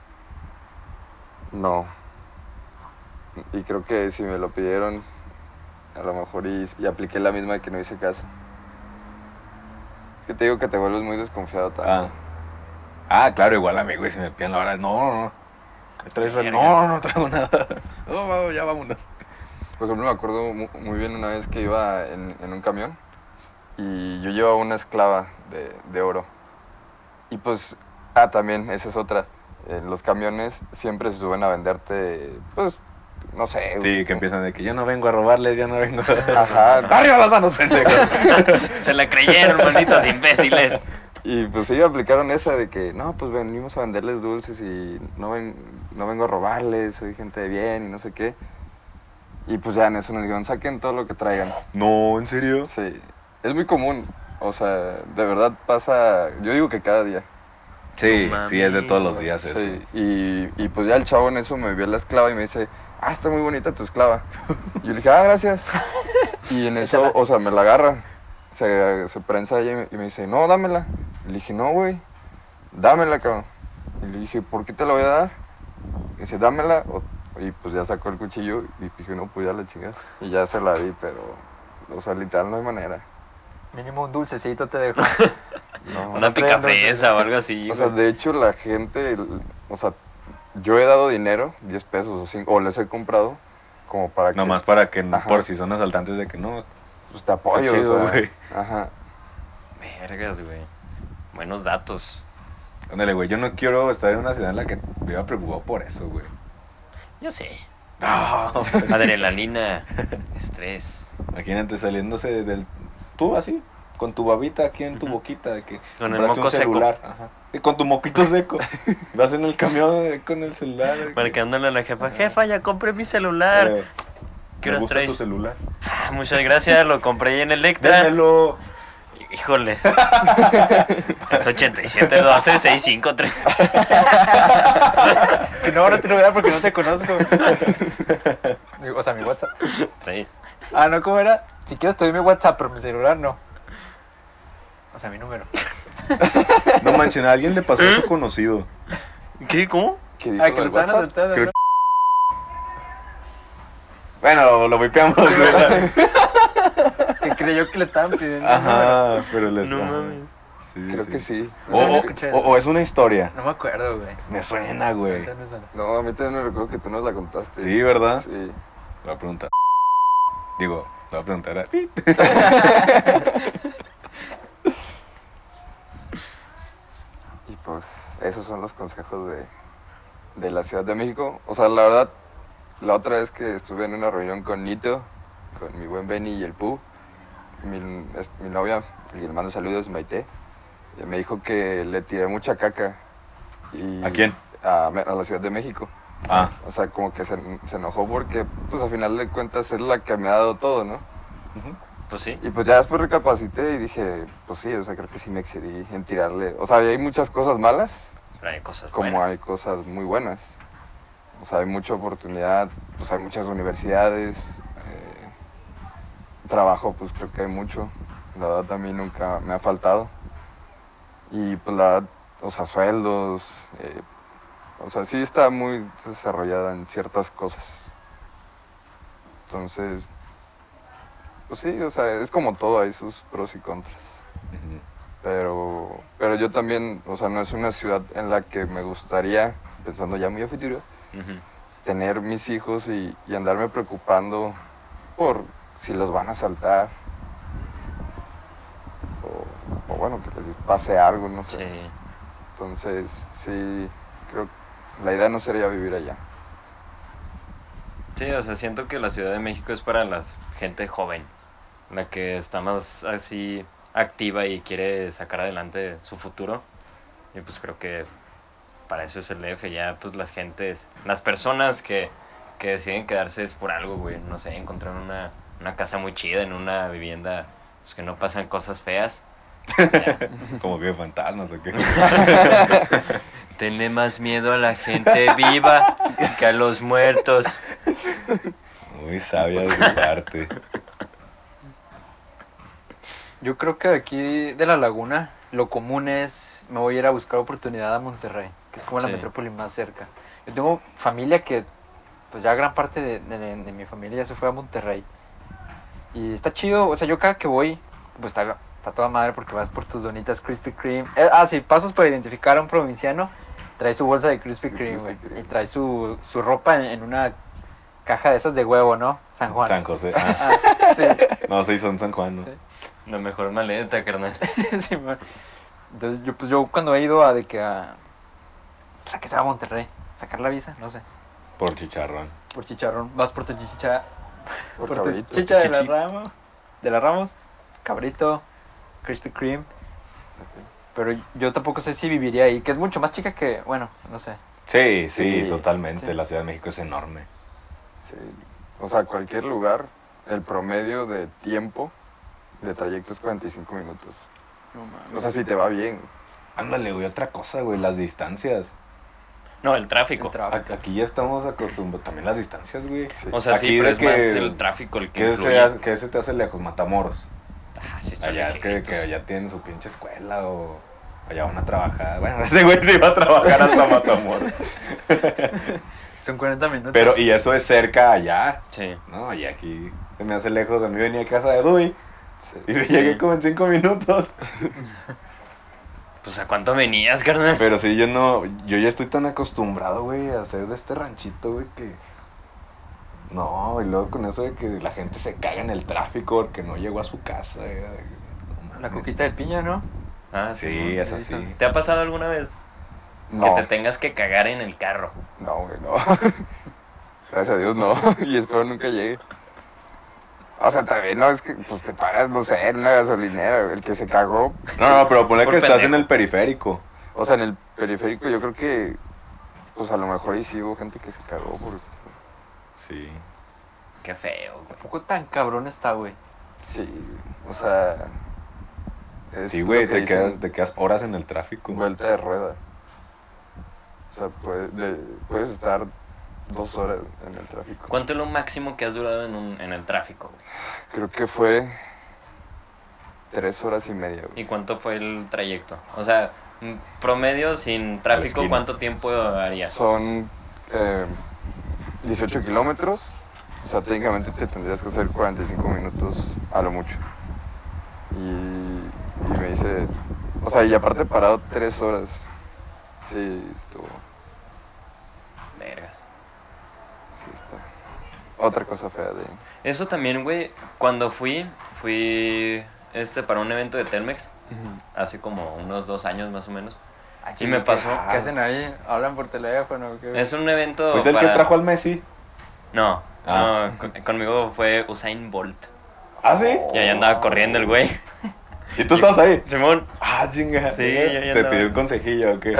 No. Y creo que si me lo pidieron, a lo mejor y, y apliqué la misma de que no hice caso. Es que te digo que te vuelves muy desconfiado Ah. también. Ah, claro, igual a mí, güey, si me piden la hora, no, no, no. ¿Me traes re- Vergas. No, no traigo nada. No, vamos, ya vámonos. Por ejemplo, me acuerdo mu- muy bien una vez que iba en, en un camión y yo llevaba una esclava de, de oro. Y pues, ah, también, esa es otra. En los camiones siempre se suben a venderte, pues, no sé. Sí, que empiezan de que yo no vengo a robarles, ya no vengo a... Ajá. ¡Arriba las manos, pendejos! Se la creyeron, malditos imbéciles. Y pues ellos aplicaron esa de que, no, pues venimos a venderles dulces y no, ven, no vengo a robarles, soy gente de bien y no sé qué. Y pues ya en eso nos dijeron, saquen todo lo que traigan. No, ¿en serio? Sí, es muy común, o sea, de verdad pasa, yo digo que cada día. Sí, No sí, es de todos los mames. días eso. Sí, y, y pues ya el chavo en eso me vio la esclava y me dice, ah, está muy bonita tu esclava. Y yo le dije, ah, gracias. Y en eso, o sea, me la agarra, se, se prensa ella y me dice, no, dámela. Y le dije, no, güey, dámela, cabrón. Y le dije, ¿por qué te la voy a dar? Y dice, dámela. O- Y pues ya sacó el cuchillo y dije, no, pues ya la chingada. Y ya se la di, pero, o sea, literal no hay manera. Mínimo un dulcecito te dejo. No. Una pica fresa o algo así. O sea, güey. de hecho, la gente, el- o sea, yo he dado dinero, diez pesos o cinco, o les he comprado, como para que Nomás para que, Ajá. por si son asaltantes, de que no... pues, te apoyo, Qué chido, o sea, güey. ajá. Vergas, güey. Buenos datos. Ándale, güey, yo no quiero estar en una ciudad en la que me iba preocupado por eso, güey. Yo sé. No. Adrenalina, estrés. Imagínate saliéndose del... Tú así, con tu babita aquí en tu boquita, de que... Con el compraste moco un seco. celular. Ajá. Y con tu moquito seco. Vas en el camión eh, con el celular. de que- Marcándole a la jefa. Jefa, ya compré mi celular. Eh, ¿Qué me horas gusta traes? tu celular. Ah, muchas gracias, lo compré ahí en Electra. Démelo. Híjoles. Es ochenta y siete doce sesenta y cinco tres. Que no, no te lo voy a dar porque no te conozco. O sea, mi WhatsApp. Sí. Ah, ¿no? ¿Cómo era? Si quieres te doy mi WhatsApp, pero mi celular no. O sea, mi número. No manchen, a alguien le pasó a su conocido. ¿Qué? ¿Cómo? ¿Qué dijo Ah, que lo lo del estaban WhatsApp? asaltando, Creo- ¿no? Bueno, lo vipeamos, ¿verdad? Que creyó que le estaban pidiendo. Ajá, pero les... No ajá. mames. Sí, Creo que sí. Yo O, también o- escuché o- eso. o es una historia. No me acuerdo, güey. Me suena, güey. Ahorita me suena. No, a mí también me recuerdo que tú nos la contaste. Sí, ¿verdad? Sí. Le voy a preguntar. Digo, le voy a preguntar a... Y pues esos son los consejos de, de la Ciudad de México. O sea, la verdad, la otra vez que estuve en una reunión con Nito, con mi buen Benny y el Pu, mi, es- mi novia, y le mando saludos, Maite, ella me dijo que le tiré mucha caca. Y ¿A quién? A, Me- a la Ciudad de México. Ah, O sea, como que se, se enojó porque, pues a final de cuentas es la que me ha dado todo, ¿no? Pues sí. Y pues ya después recapacité y dije, pues sí, o sea, creo que sí me excedí en tirarle. O sea, hay muchas cosas malas, Pero hay cosas como buenas. hay cosas muy buenas. O sea, hay mucha oportunidad, pues hay muchas universidades, eh, trabajo, pues creo que hay mucho. La verdad a mí nunca me ha faltado. Y pues la verdad, o sea, sueldos, eh, o sea, sí está muy desarrollada en ciertas cosas. Entonces, pues sí, o sea, es como todo, hay sus pros y contras. ujú. Pero, pero yo también, o sea, no es una ciudad en la que me gustaría, pensando ya muy a futuro, Ujú. tener mis hijos y, y andarme preocupando por si los van a asaltar. O, o bueno, que les pase algo, no sé. Sí. Entonces, sí, creo que la idea no sería vivir allá. Sí, o sea, siento que la Ciudad de México es para la gente joven, la que está más así activa y quiere sacar adelante su futuro. Y pues creo que para eso es el D F, ya pues las gentes, las personas que, que deciden quedarse es por algo, güey, no sé, encontrar una, una casa muy chida, en una vivienda, pues que no pasan cosas feas. Ya, Como que fantasmas o qué. Tenle más miedo a la gente viva que a los muertos. Muy sabia de su parte. Yo creo que de aquí de la laguna lo común es me voy a ir a buscar oportunidad a Monterrey, que es como la Sí. metrópoli más cerca. Yo tengo familia que, pues ya gran parte de, de, de mi familia ya se fue a Monterrey. Y está chido, o sea, yo cada que voy, pues está, está toda madre porque vas por tus donitas Krispy Kreme. Eh, ah, sí, pasos para identificar a un provinciano, trae su bolsa de Krispy Kreme, güey, y trae su, su ropa en, en una caja de esas de huevo, ¿no? San Juan. San José. Ah, Ah, sí. no, sí, son San Juan, ¿no? Sí. La mejor maleta, carnal. Sí, man. Entonces yo pues yo cuando he ido a de que a pues a que sea a Monterrey, sacar la visa, no sé, Por chicharrón. por chicharrón, vas por tu chicha, Por por tu cabrito. chicha de la Chichi. rama, de la Ramos, cabrito, Krispy Kreme, pero yo tampoco sé si viviría ahí, que es mucho más chica que, bueno, no sé. Sí, sí, Sí, totalmente. sí. La Ciudad de México es enorme. Sí. O sea, cualquier lugar, el promedio de tiempo de trayecto es cuarenta y cinco minutos. No mames. O sea, si te va bien. Ándale, güey, otra cosa, güey, las distancias. No, el tráfico. El tráfico. A- Aquí ya estamos acostumbrados. También las distancias, güey. Sí. O sea, Aquí sí, pero de es más que- el tráfico el que ¿Qué influye. se, hace- qué se te hace lejos? Matamoros. Ah, sí, están Allá que, lejitos. que allá tienen su pinche escuela o allá van a trabajar. Bueno, ese güey se iba a trabajar hasta Matamoros. Son cuarenta minutos. Pero, y eso es cerca allá. Sí. No, y aquí se me hace lejos. A mí venía a casa de Rui y Sí. llegué como en cinco minutos. Pues ¿a cuánto venías, carnal? Pero sí, yo no, yo ya estoy tan acostumbrado, güey, a hacer de este ranchito, güey, que... No, y luego con eso de que la gente se caga en el tráfico porque no llegó a su casa. Era de que, no La mames. coquita de piña, ¿no? Ah, Sí, es así. ¿Te ha pasado alguna vez No, que te tengas que cagar en el carro? no, güey, no. Gracias a Dios, no. Y espero nunca llegue. O sea, también, no, es que pues te paras, no sé, en una gasolinera, güey, el que se cagó. No, no, pero ponle Por que estás en pendejo. el periférico. O sea, en el periférico yo creo que, pues a lo mejor ahí sí hubo gente que se cagó. Por... Sí. Qué feo, güey. ¿A poco tan cabrón está, güey? Sí, o sea... es Sí, lo güey, que te dicen, quedas, te quedas horas en el tráfico. vuelta de rueda. O sea, puede- de- puedes estar dos horas en el tráfico. ¿Cuánto es lo máximo que has durado en, un, en el tráfico, güey? Creo que fue tres horas y media, güey. ¿Y cuánto fue el trayecto? O sea, mm, promedio sin tráfico, esquina. ¿cuánto tiempo harías? Son eh, dieciocho kilómetros. O sea, técnicamente te tendrías que hacer cuarenta y cinco minutos a lo mucho. Y, y me dice... O sea, y aparte parado tres horas. Sí, estuvo... Vergas. Sí, está. Otra cosa fea de... Eso también, güey, cuando fui, fui este para un evento de Telmex, hace como unos dos años más o menos. Y me pasó. ¿Qué hacen ahí? ¿Hablan por teléfono? ¿Qué? Es un evento ¿Fuiste el para... que trajo al Messi? No, Ah. no, con- conmigo fue Usain Bolt. ¿Ah, sí? Y ahí andaba corriendo el güey. ¿Y tú estabas ahí? Simón, Ah, chinga. Sí, yo ya ¿Te andaba. pidió un consejillo o qué?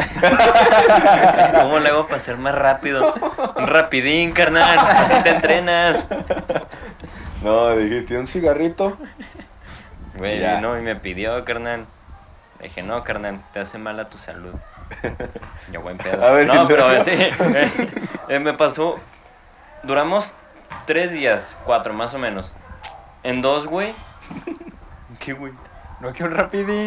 ¿cómo le hago para ser más rápido? Un rapidín, carnal, así te entrenas. No, dijiste un cigarrito. Güey, Ya. no, y me pidió, carnal. Le dije, no, carnal, te hace mal a tu salud. Yo, buen pedo. A ver, no, y pero luego. sí. eh, eh, me pasó. Duramos tres días, cuatro más o menos. En dos, güey. ¿Qué, güey? No, que un rapidín.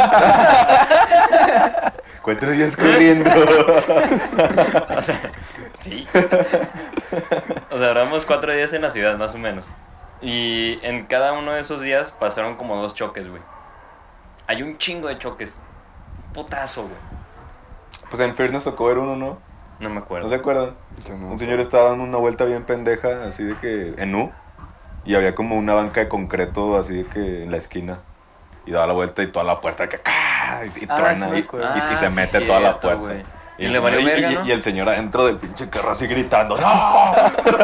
Cuatro días corriendo. O sea, sí. O sea, duramos cuatro días en la ciudad, más o menos. Y en cada uno de esos días pasaron como dos choques, güey. Hay un chingo de choques. Putazo, güey. Pues en Fair nos tocó ver uno, ¿no? No me ¿No acuerdo. se acuerdan? Yo no Un sé. señor estaba dando una vuelta bien pendeja, así de que en U. Y había como una banca de concreto, así de que en la esquina. Y daba la vuelta y toda la puerta, que ¡ca! Y, y Ah, truena. sí me y, acuerdo. y- y Ah, se sí, mete toda la cierto, puerta. güey. Y el le valió señor- y- verga, y- ¿no? y el señor adentro del pinche carro así gritando, ¡no!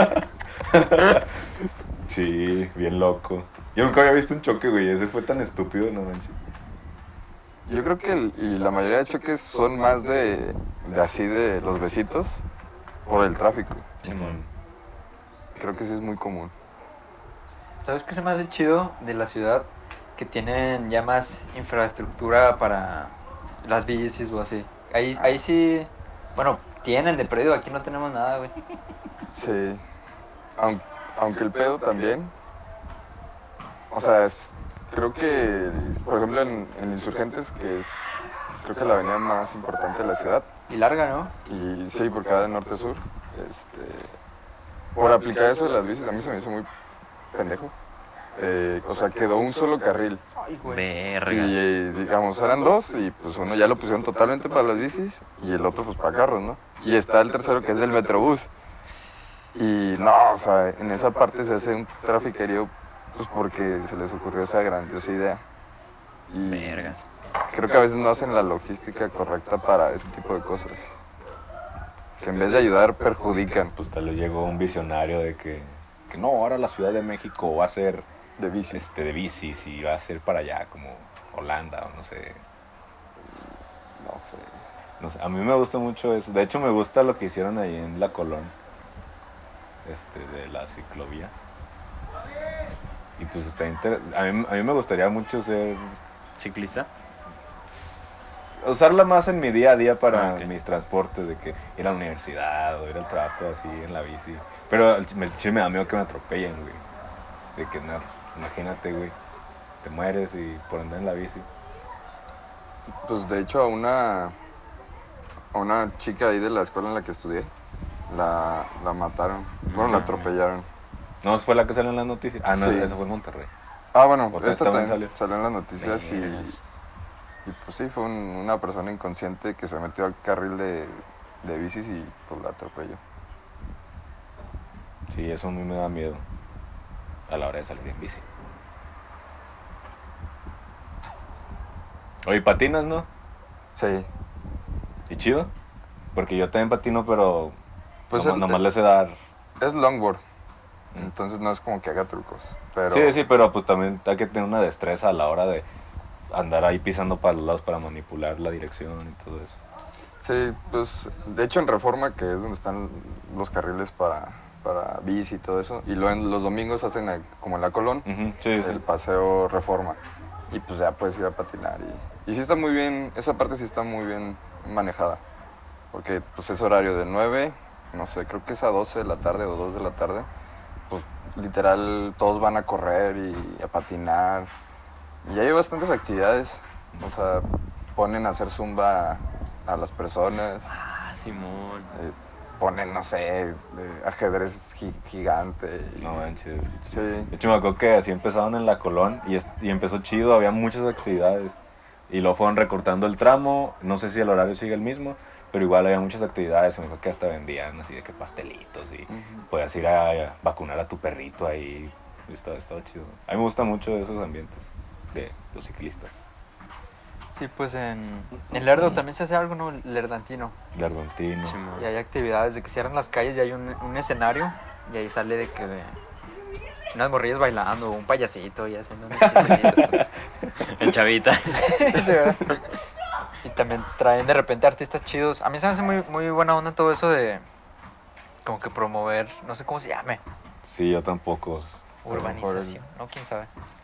Sí, bien loco. Yo nunca había visto un choque, güey. Ese fue tan estúpido, no manches. Yo creo que el- y la mayoría de choques son más de, de así de los besitos por el tráfico. Simón. Creo que sí es muy común. ¿Sabes qué se me hace chido de la ciudad? Que tienen ya más infraestructura para las bicis o así. Ahí, ahí sí Bueno, tienen de predio, aquí no tenemos nada, güey. Sí. Aun- Aunque el pedo también. O sea, es- creo que, por ejemplo, en, en Insurgentes, que es creo que la avenida más importante de la ciudad, Y larga, ¿no? y sí, porque va de norte a sur, este, por aplicar eso de las bicis, a mí se me hizo muy pendejo. Eh, o sea, quedó un solo carril. Ay, güey. Vergas. Y eh, digamos, eran dos y pues uno ya lo pusieron totalmente para las bicis y el otro pues para carros, ¿no? Y está el tercero que es el Metrobús. Y no, o sea, en esa parte se hace un trafiquerío pues porque se les ocurrió esa grandiosa idea. Y Vergas. creo que a veces no hacen la logística correcta para ese tipo de cosas. Que en vez de ayudar perjudican Pues tal vez llegó un visionario de que, que no, ahora la Ciudad de México va a ser de bicis. este, de bicis y va a ser para allá, como Holanda o no sé. No sé. No sé, a mí me gusta mucho eso. De hecho, me gusta lo que hicieron ahí en La Colón, este, de la ciclovía. Y pues está inter... a, mí, a mí me gustaría mucho ser... ¿Ciclista? usarla más en mi día a día para Ah, ok. mis transportes, de que ir a la universidad o ir al trabajo así en la bici. Pero el ch- el chile me da miedo que me atropellen, güey. De que no, imagínate, güey, te mueres y por andar en la bici. Pues de hecho a una, a una chica ahí de la escuela en la que estudié, la, la mataron. Bueno, la atropellaron. ¿No fue la que salió en las noticias? Ah, no, Sí. esa fue en Monterrey. Ah, bueno, Otra esta también también salió. salió en las noticias y, Vergas. y pues sí, fue un- una persona inconsciente que se metió al carril de, de bicis y pues la atropelló. Sí, eso a mí me da miedo a la hora de salir en bici. Oye, patinas, ¿no? Sí, ¿Y chido? Porque yo también patino, pero pues nomás, el- nomás le sé dar. es longboard, Mm. entonces no es como que haga trucos. Pero Sí, sí, pero pues también hay que tener una destreza a la hora de andar ahí pisando para los lados para manipular la dirección y todo eso. sí, pues de hecho en Reforma, que es donde están los carriles para, para bici y todo eso, y luego en los domingos hacen eh, como en la Colón, Ujú, sí, sí. el paseo Reforma. Y pues ya puedes ir a patinar. Y, y sí está muy bien, esa parte sí está muy bien manejada. Porque pues es horario de nueve, no sé, creo que es a doce de la tarde o dos de la tarde. Pues literal todos van a correr y a patinar. Y hay bastantes actividades. O sea, ponen a hacer zumba a, a las personas. Ah, Simón. eh, ponen, no sé, eh, ajedrez gi- gigante. y- No manches. Sí. De hecho, me acuerdo que así empezaron en la Colón y, es- y empezó chido, había muchas actividades. Y luego fueron recortando el tramo, no sé si el horario sigue el mismo, pero igual había muchas actividades. Me acuerdo que hasta vendían así de que pastelitos y Ujú. podías ir a, a vacunar a tu perrito ahí. Estaba, estaba chido. A mí me gusta mucho esos ambientes de los ciclistas. Sí, pues en, en Lerdo también se hace algo, ¿no? El Lerdantino. Lardantino. Simón. Y hay actividades de que cierran las calles y hay un, un escenario y ahí sale de que unas morrillas bailando, un payasito y haciendo unos chistecitos. pues. El chavita. Sí, ¿verdad? Y también traen de repente artistas chidos. A mí se me hace muy, muy buena onda todo eso de como que promover, no sé cómo se llame, Sí, yo tampoco. O sea, urbanización, ¿no? ¿Quién sabe?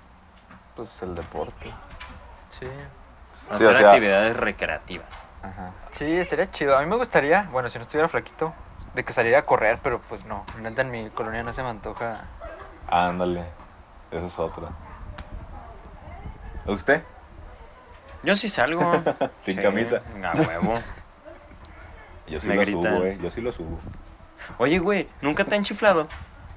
Pues el deporte. Sí. Hacer o sea- actividades recreativas. Ajá. Sí, estaría chido. A mí me gustaría, bueno, si no estuviera flaquito, de que saliera a correr, pero pues no. Neta, en mi colonia no se me antoja. Ándale, esa es otra. ¿A usted? Yo sí salgo. Sin Sí, camisa. A huevo. Yo sí Me lo gritan. subo, eh. Yo sí lo subo. Oye, güey, ¿nunca te han chiflado?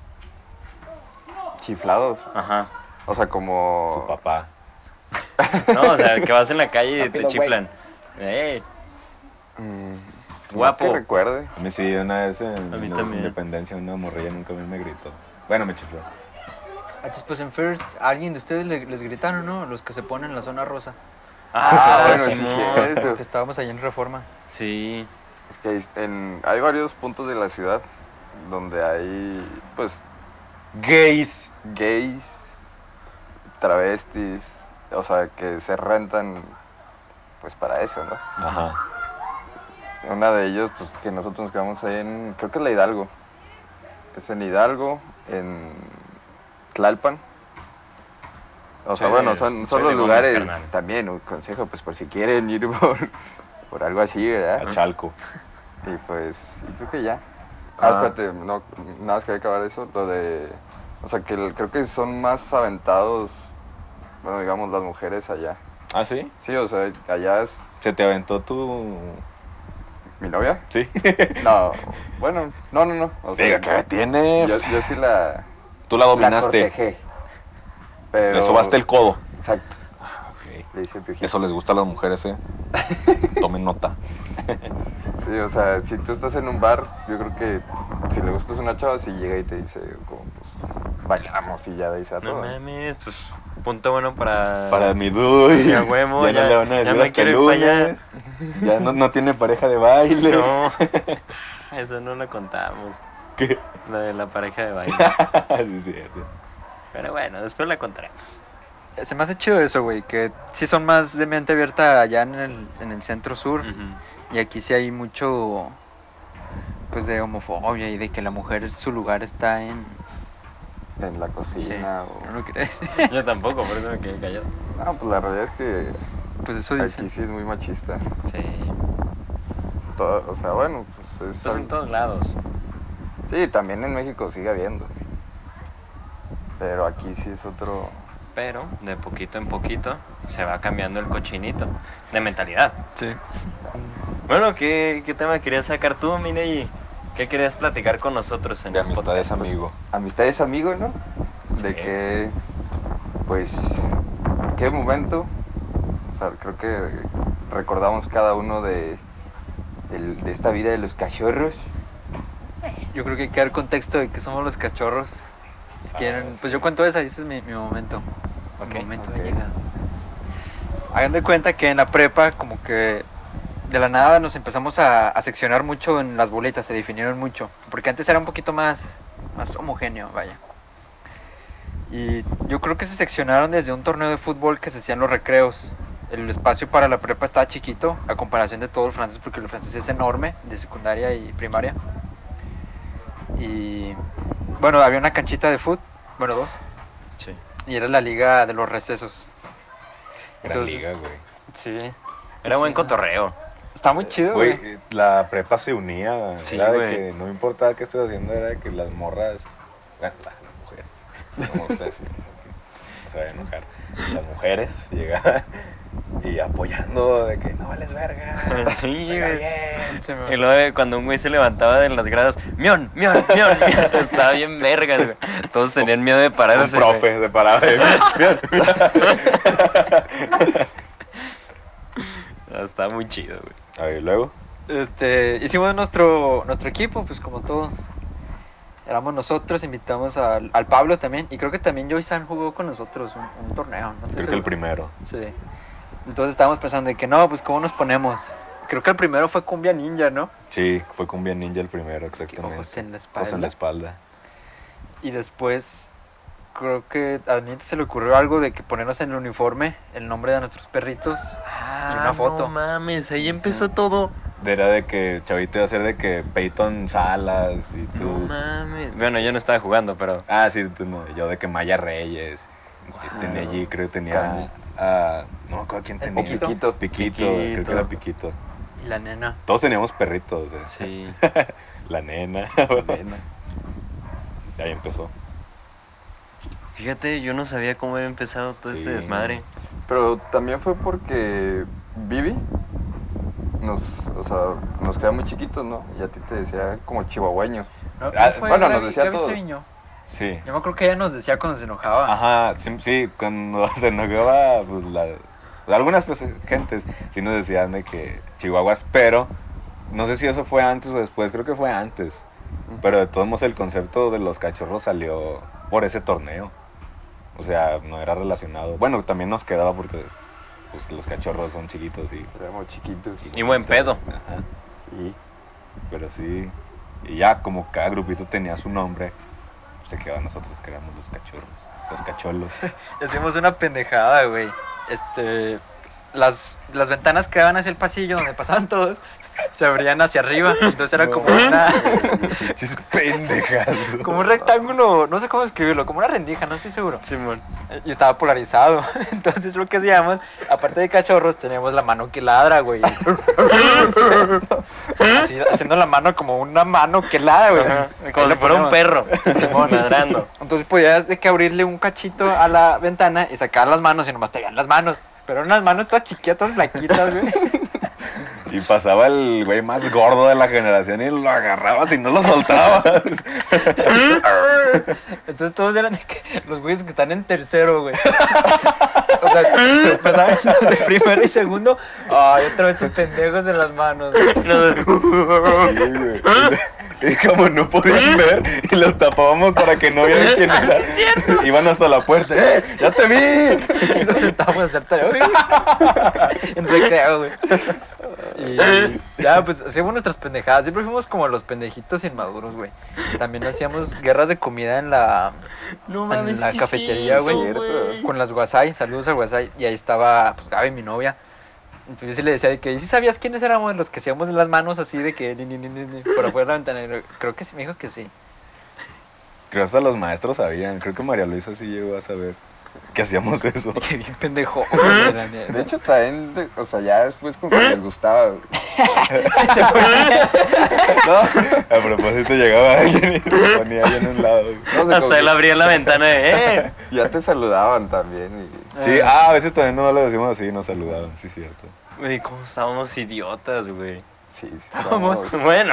Chiflado. Ajá. O sea, como... Su papá. No, o sea, que vas en la calle y te Rápido, güey. chiflan. ¡Eh! Mm, Guapo. No que recuerde. A mí sí, una vez en A mí la también. Independencia una morrilla nunca me, me gritó. Bueno, me chifló. Ah, chis, pues en First, ¿a alguien de ustedes le- les gritaron, no? Los que se ponen en la zona rosa. Ah, bueno, sí, Simón. cierto. Que estábamos ahí en Reforma. Sí. Es que hay, en- hay varios puntos de la ciudad donde hay, pues, Gays. gays, travestis, o sea, que se rentan, pues, para eso, ¿no? Ajá. Una de ellos, pues, que nosotros nos quedamos ahí en, creo que es la Hidalgo. Es en Hidalgo, en Tlalpan. O sea, Soy bueno, de- son, soy son de los Gómez, lugares, carnal. también, un consejo, pues, por si quieren ir por, por algo así, A ¿verdad? Chalco. Y pues, y creo que ya. Ah. Ah, espérate, no, nada más quería acabar eso, lo de... O sea, que el- creo que son más aventados, bueno, digamos, las mujeres allá. ¿Ah, sí? Sí, o sea, allá es... ¿Se te aventó tu...? ¿Mi novia? Sí. No, bueno, no, no, no. O sea, Diga, ¿qué tiene? yo, yo sí la... Tú la La dominaste. cortejé. Pero... Le sobaste el codo. Exacto. Ok. Le hice piojito. Eso les gusta a las mujeres, ¿eh? Tomen nota. Sí, o sea, si tú estás en un bar, yo creo que si le gustas a una chava, si llega y te dice, como, pues, bailamos y ya de ahí se No todo. mames, pues punto bueno para... Para mi dude. Sí, a huevo, ya, ya- no le van a ya decir me hasta quiero el ir pa' allá. lunes. Ya no, no tiene pareja de baile. No, eso no lo contamos. ¿Qué? Lo de la pareja de baile. Sí, es cierto. Pero bueno, después la contaremos. Se me hace chido eso, güey, que sí son más de mente abierta allá en el, en el centro sur. Ujú. Y aquí sí hay mucho, pues, de homofobia y de que la mujer, su lugar está en... En la Sí, cocina o... no lo quería decir. Yo tampoco, por eso me quedé callado. No, pues la realidad es que Pues eso dicen. aquí sí es muy machista. Sí. Todo- o sea, bueno, pues es... Pues en todos lados. Sí, también en México sigue habiendo. Pero aquí sí es otro... Pero de poquito en poquito se va cambiando el cochinito de mentalidad. Sí. Bueno, ¿qué, qué tema querías sacar tú, Minei? ¿Qué querías platicar con nosotros en De el amistades, podcast? amigo. Amistades amigo, ¿no? De Sí. que, pues, qué momento. O sea, creo que recordamos cada uno de, del- de esta vida de los cachorros. Yo creo que hay que dar contexto de que somos los cachorros. Si Ah, quieren, sí. pues yo cuento esa y ese es mi, mi momento. Ok, Mi momento ok. ha llegado. Hagan de cuenta que en la prepa, como que de la nada nos empezamos a, a seccionar mucho en las boletas, se definieron mucho. Porque antes era un poquito más, más homogéneo, vaya. Y yo creo que se seccionaron desde un torneo de fútbol que se hacían los recreos. El espacio para la prepa estaba chiquito a comparación de todo el francés, porque el francés es enorme, de secundaria y primaria. Y bueno, había una canchita de fútbol, bueno, dos, Sí. y era la liga de los recesos. Gran Entonces, liga, güey. Sí. Era Sí, buen ¿no? cotorreo. Está muy chido, Güey, güey. eh, la prepa se unía. Sí, era de güey. que no importaba qué estés haciendo, era de que las morras. Bueno, las mujeres. Como ustedes, sí, no se vayan a enojar. Las mujeres llegaban y apoyando de que no vales verga. Sí, pega güey. bien. Sí, me- Y luego cuando un güey se levantaba de las gradas, mion, mion, mion, mion. Estaba bien vergas, güey. Todos tenían miedo de Un pararse. güey. profe se paraba de bien. Ah, Estaba muy chido, güey. A ver, luego. Este, hicimos nuestro, nuestro equipo, pues como todos. Éramos nosotros, invitamos al, al Pablo también. Y creo que también Joey San jugó con nosotros un, un torneo. No estoy Creo que el seguro. primero. Sí. Entonces estábamos pensando de que no, pues cómo nos ponemos. Creo que el primero fue Cumbia Ninja, ¿no? Sí, fue Cumbia Ninja el primero, Que exactamente. ojos en la Ojos espalda. en la espalda. Y después creo que a Daniel se le ocurrió algo de que ponernos en el uniforme el nombre de nuestros perritos. Ah, una foto. No mames, ahí empezó todo. Era de que Chavito iba a ser de que Peyton Salas y tú. No mames. Bueno, yo no estaba jugando, pero. Ah, sí, tú no. Yo de que Maya Reyes. Este Wow. Neji creo que tenía. Cami. ah, no me acuerdo quién El tenía. Piquito. Piquito, Piquito, creo Piquito. que era Piquito. Y la nena. Todos teníamos perritos. eh. Sí. La nena. Nena. Ahí empezó. Fíjate, yo no sabía cómo había empezado todo este Sí. desmadre. Pero también fue porque Vivi nos, o sea, nos queda muy chiquitos, ¿no? Y a ti te decía como chihuahueño. No, Ah, no fue bueno, nos Gaby- decía Gaby todo. Treviño. Sí. Yo me acuerdo que ella nos decía cuando se enojaba. Ajá, sí, sí, cuando se enojaba, pues la, algunas pues, gentes sí nos decían de que chihuahuas, pero no sé si eso fue antes o después, creo que fue antes. Pero de todos modos el concepto de los cachorros salió por ese torneo. O sea, no era relacionado. Bueno, también nos quedaba porque pues, los cachorros son chiquitos y... Éramos chiquitos. Y buen pedo. Ajá, Sí. pero sí. Y ya como cada grupito tenía su nombre, se quedó a nosotros que éramos los cachorros, los cacholos. Hacíamos una pendejada, güey. Este. Las, las ventanas que daban hacia el pasillo donde pasaban todos. se abrían hacia arriba. Entonces era como una... Chis pendejas. como un rectángulo, no sé cómo escribirlo, como una rendija, no estoy seguro. Simón. Y estaba polarizado. Entonces lo que hacíamos, aparte de cachorros, teníamos la mano que ladra, güey. Así, haciendo la mano como una mano que ladra, güey. Como Ahí si le fuera un poníamos. perro. Simón, ladrando. Entonces podías de que abrirle un cachito a la ventana y sacar las manos y nomás te veían las manos. Pero eran unas manos todas chiquitas, todas flaquitas, güey. Y pasaba el güey más gordo de la generación y lo agarrabas y no lo soltabas. Entonces todos eran de que los güeyes que están en tercero, güey. O sea, pasaban los de primero y segundo. Ay, otra vez estos pendejos en las manos. Sí, güey. Y como no podían ver y los tapábamos para que no vieran quién era. Iban hasta la puerta. ¡Eh! ¡Ya te vi! Y nos sentábamos a hacer tarea, güey. En recreo, güey. Y ya, pues hacíamos nuestras pendejadas. Siempre fuimos como los pendejitos inmaduros, güey. También hacíamos guerras de comida en la, No en la cafetería, güey. Con las guasay, saludos a guasay. Y ahí estaba, pues, Gaby, mi novia. Entonces yo sí le decía de que, ¿y si sabías quiénes éramos los que hacíamos las manos así de que, ni, ni, ni, ni, ni, por afuera de la ventana? Creo que sí, me dijo que sí. Creo que hasta los maestros sabían. Creo que María Luisa sí llegó a saber que hacíamos eso. Qué bien pendejo. güey, la neta. De hecho, también, de- o sea, ya después como que les gustaba. güey. Se fue. No, a propósito llegaba alguien y se ponía ahí en un lado. güey. No sé, como Hasta él que abría la ventana de, ¡eh! ya te saludaban también. Y... Sí, ah, a veces también no lo decimos así, nos saludaban, sí, cierto. Güey, cómo estábamos idiotas, güey. Sí, sí, Vamos. estábamos- Bueno.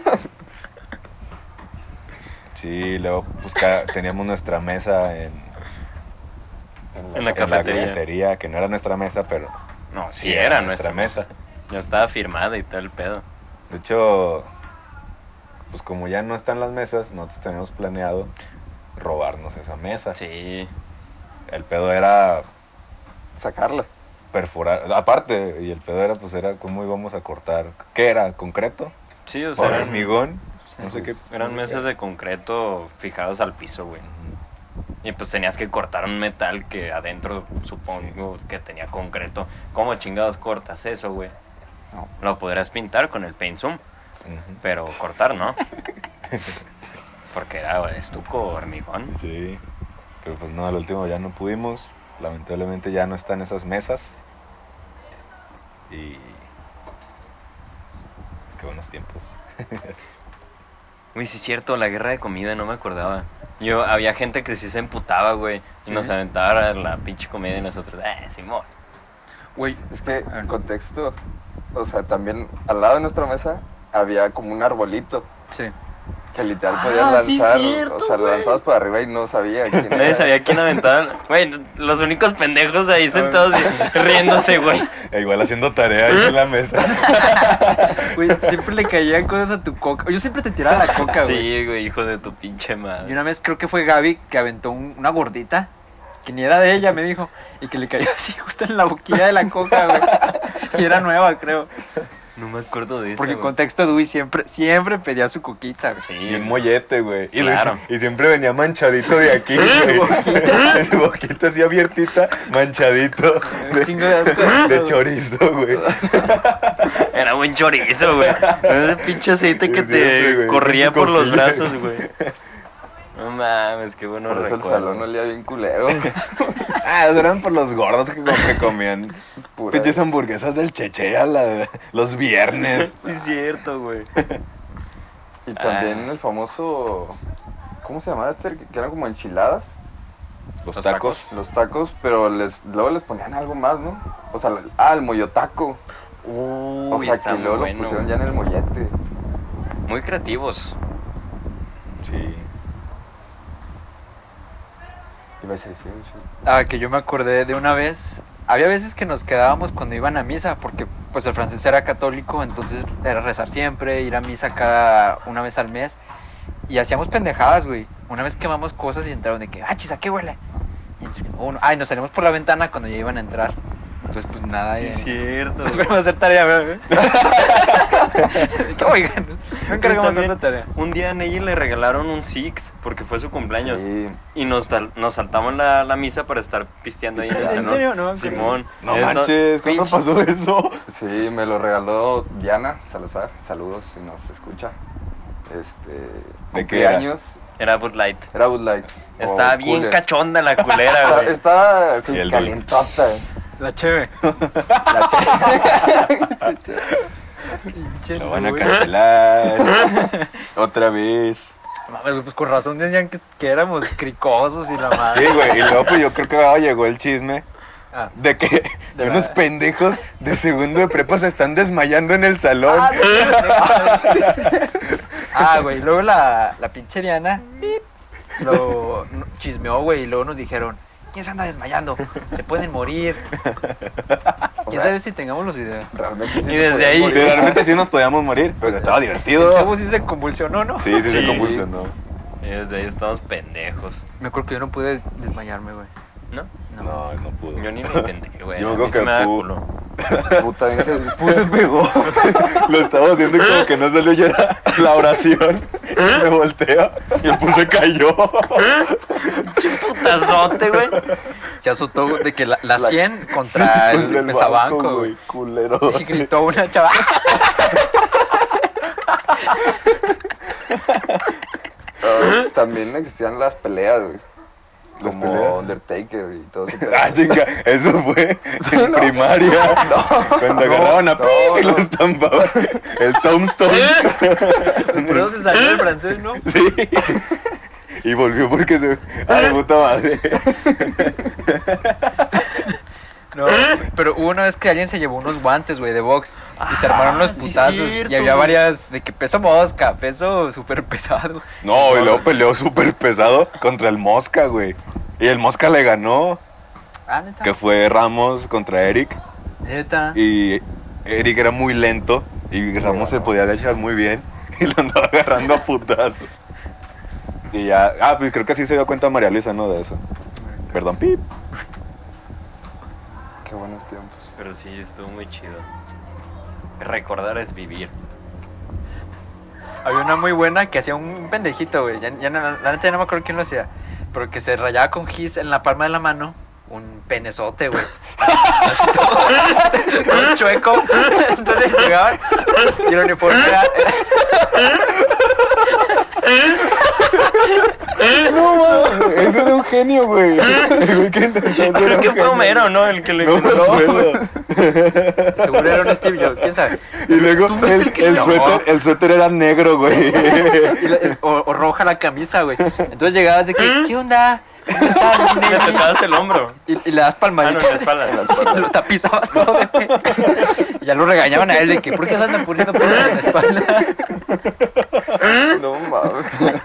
Sí, luego pues, ca- teníamos nuestra mesa en, En la en cafetería. la cafetería, que no era nuestra mesa, pero No, sí era nuestra mesa. Ya estaba firmada y todo el pedo. De hecho, pues como ya no están las mesas, nosotros tenemos planeado robarnos esa mesa. Sí. El pedo era Sacarla. perforar, aparte, y el pedo era pues era cómo íbamos a cortar. ¿Qué era? ¿Concreto? Sí, o ¿O sea, eran, hormigón? No sé qué. eran no sé mesas qué. de concreto fijadas al piso, güey. Ujú. Y pues tenías que cortar un metal que adentro supongo que tenía concreto. ¿Cómo chingados cortas eso, güey? No. Lo podrías pintar con el Paint Zoom, Ujú. pero cortar, ¿no? Porque era estuco, hormigón. Sí, pero pues no, al último ya no pudimos. Lamentablemente ya no están esas mesas. Y. Pues qué buenos tiempos. Uy, sí es cierto, la guerra de comida, no me acordaba. Yo, había gente que sí se emputaba, güey. Y ¿Sí? nos aventaba la pinche comida y nosotros, eh, Simón. Güey, Es que, en contexto, o sea, también al lado de nuestra mesa había como un arbolito sí. que literal Ah, podías sí, lanzar. cierto, o sea, lo güey. lanzabas para arriba y no sabía quién Nadie era. sabía quién aventaba. Güey, los únicos pendejos ahí sentados y riéndose, güey. E igual haciendo tarea ahí en la mesa. Güey, siempre le caían cosas a tu coca. Yo siempre te tiraba la coca, güey. Sí, güey, hijo de tu pinche Y madre. una vez creo que fue Gaby que aventó un- una gordita, que ni era de ella, me dijo, y que le cayó así justo en la boquilla de la coca, güey. Y era nueva, creo. No me acuerdo de eso. Porque en contexto, Dewey siempre, siempre pedía su coquita, güey. Sí, Y un mollete, güey. Y, Claro. le- y siempre venía manchadito de aquí, güey. De su boquita así abiertita, manchadito. Un chingo de asco. De chorizo, güey. era buen chorizo, güey. Ese pinche aceite que Siempre, te güey, corría con su por los coquilla. brazos, güey. No mames, qué bueno Por eso el recuerdo. salón olía bien culero. Ah, esos eran por los gordos que, que comían Pura- pinches hamburguesas del Cheche a la- los viernes. Sí, es cierto, güey. Y también Ah. el famoso. ¿Cómo se llamaba este? Que eran como enchiladas. Los Los tacos. Los tacos, pero les, luego les ponían algo más, ¿no? O sea, ah, el mollotaco. Uy, O sea, está que muy luego bueno. lo pusieron ya en el mollete. Muy creativos. Sí. Iba a decir, sí, sí. Ah, que yo me acordé de una vez. Había veces que nos quedábamos cuando iban a misa, porque pues el francés era católico, entonces era rezar siempre, ir a misa cada una vez al mes. Y hacíamos pendejadas, güey. Una vez quemamos cosas y entraron de que, ah, chis, ¿a qué huele? Y entre- uno, ay, nos salimos por la ventana cuando ya iban a entrar. Entonces, pues nada. Sí, eh, es cierto. Pero va a hacer tarea, güey. Oigan, no encargamos También, tanta tarea. Un día a Neji le regalaron un Six porque fue su cumpleaños. Sí. Y nos, tal- nos saltamos la, la misa para estar pisteando ahí en el ¿En salón. serio? No me acuerdo. Simón. No Es do- manches, ¿cuándo pinche- pasó eso? Sí, me lo regaló Diana Salazar. Saludos si nos escucha. Este. ¿De qué era? cumpleaños. Era Bud Light. Era Bud Light. Estaba o bien Cooler. cachonda la culera, Está- güey. Estaba Y sí, el calientota. La cheve. La che- Pinche Lo van a güey. cancelar. Otra vez. Mames, güey, pues con razón decían que, que éramos cricosos y la madre. Sí, güey. Y luego, pues yo creo que ahora llegó el chisme Ah. de que De unos la- pendejos de segundo de prepa se están desmayando en el salón. Ah, güey, luego la, la pinche Diana pip, lo no, chismeó, güey, y luego nos dijeron, ¿quién se anda desmayando? Se pueden morir. ¿Quién sabe si tengamos los videos? Realmente sí. Y se desde podía ahí- Sí, morir. realmente sí nos podíamos morir, pero estaba divertido. El Cebu sí se convulsionó, ¿no? Sí, sí, se Sí. convulsionó. Y desde ahí estamos pendejos. Me acuerdo que yo no pude desmayarme, güey. ¿No? No, no pudo. Yo ni lo intenté, güey. Yo A creo mí se que me da pu- culo. Puta, bien se puso y pegó. Lo estaba haciendo y como que no salió ya la, la oración. Y me volteo y el puse cayó. Putazote, güey. Se azotó de que la, la La- cien contra Contra el mesabanco, güey. Culero. Y gritó una chava. Ah, también existían las peleas, güey. ¿Las Como peleas? Undertaker y todo eso. Ah, chinga, eso fue en primaria. Cuando agarraban a no, Pi y lo no. estampaban. El Tombstone. Por eso se salió el francés, ¿no? Sí. Y volvió porque se. Ay, puta madre. No, pero hubo una vez que alguien se llevó unos guantes, güey, de box. Y se Ah, armaron unos sí, putazos. cierto, y había güey. varias de que peso mosca, peso súper pesado. No, y luego peleó súper pesado contra el Mosca, güey. Y el Mosca le ganó. Ah, neta. Que fue Ramos contra Eric. Neta. Y Eric era muy lento. Y Ramos se podía agachar muy bien. Y lo andaba agarrando a putazos. Y ya. Ah, pues creo que sí se dio cuenta María Luisa, ¿no? De eso. Perdón, pip. Qué buenos tiempos. Pero sí, estuvo muy chido. Recordar es vivir. Había una muy buena que hacía un pendejito, güey. Ya, ya no- la neta ya no me acuerdo quién lo hacía. Pero que se rayaba con gis en la palma de la mano. Un penezote, güey. Así todo, todo chueco. Entonces llegaban y el uniforme era... No, mames. Eso era un genio, güey. El güey que intentó hacer Creo un que fue genio. Homero, ¿no? El que le No me acuerdo. Seguro era un Steve Jobs, quién sabe. Y luego fuiste el, el que el lo- suéter, el suéter era negro, güey. Y la- o, o roja la camisa, güey. Entonces llegabas de que, ¿qué onda? ¿Cómo estás, Le Nelly? tocabas el hombro. Y, y le das Ah, no, palmaditas. en la espalda. En la espalda. Y lo tapizabas todo de pedo. Y ya lo regañaban a él de que, ¿por qué se andan poniendo pelos en la espalda? No mames.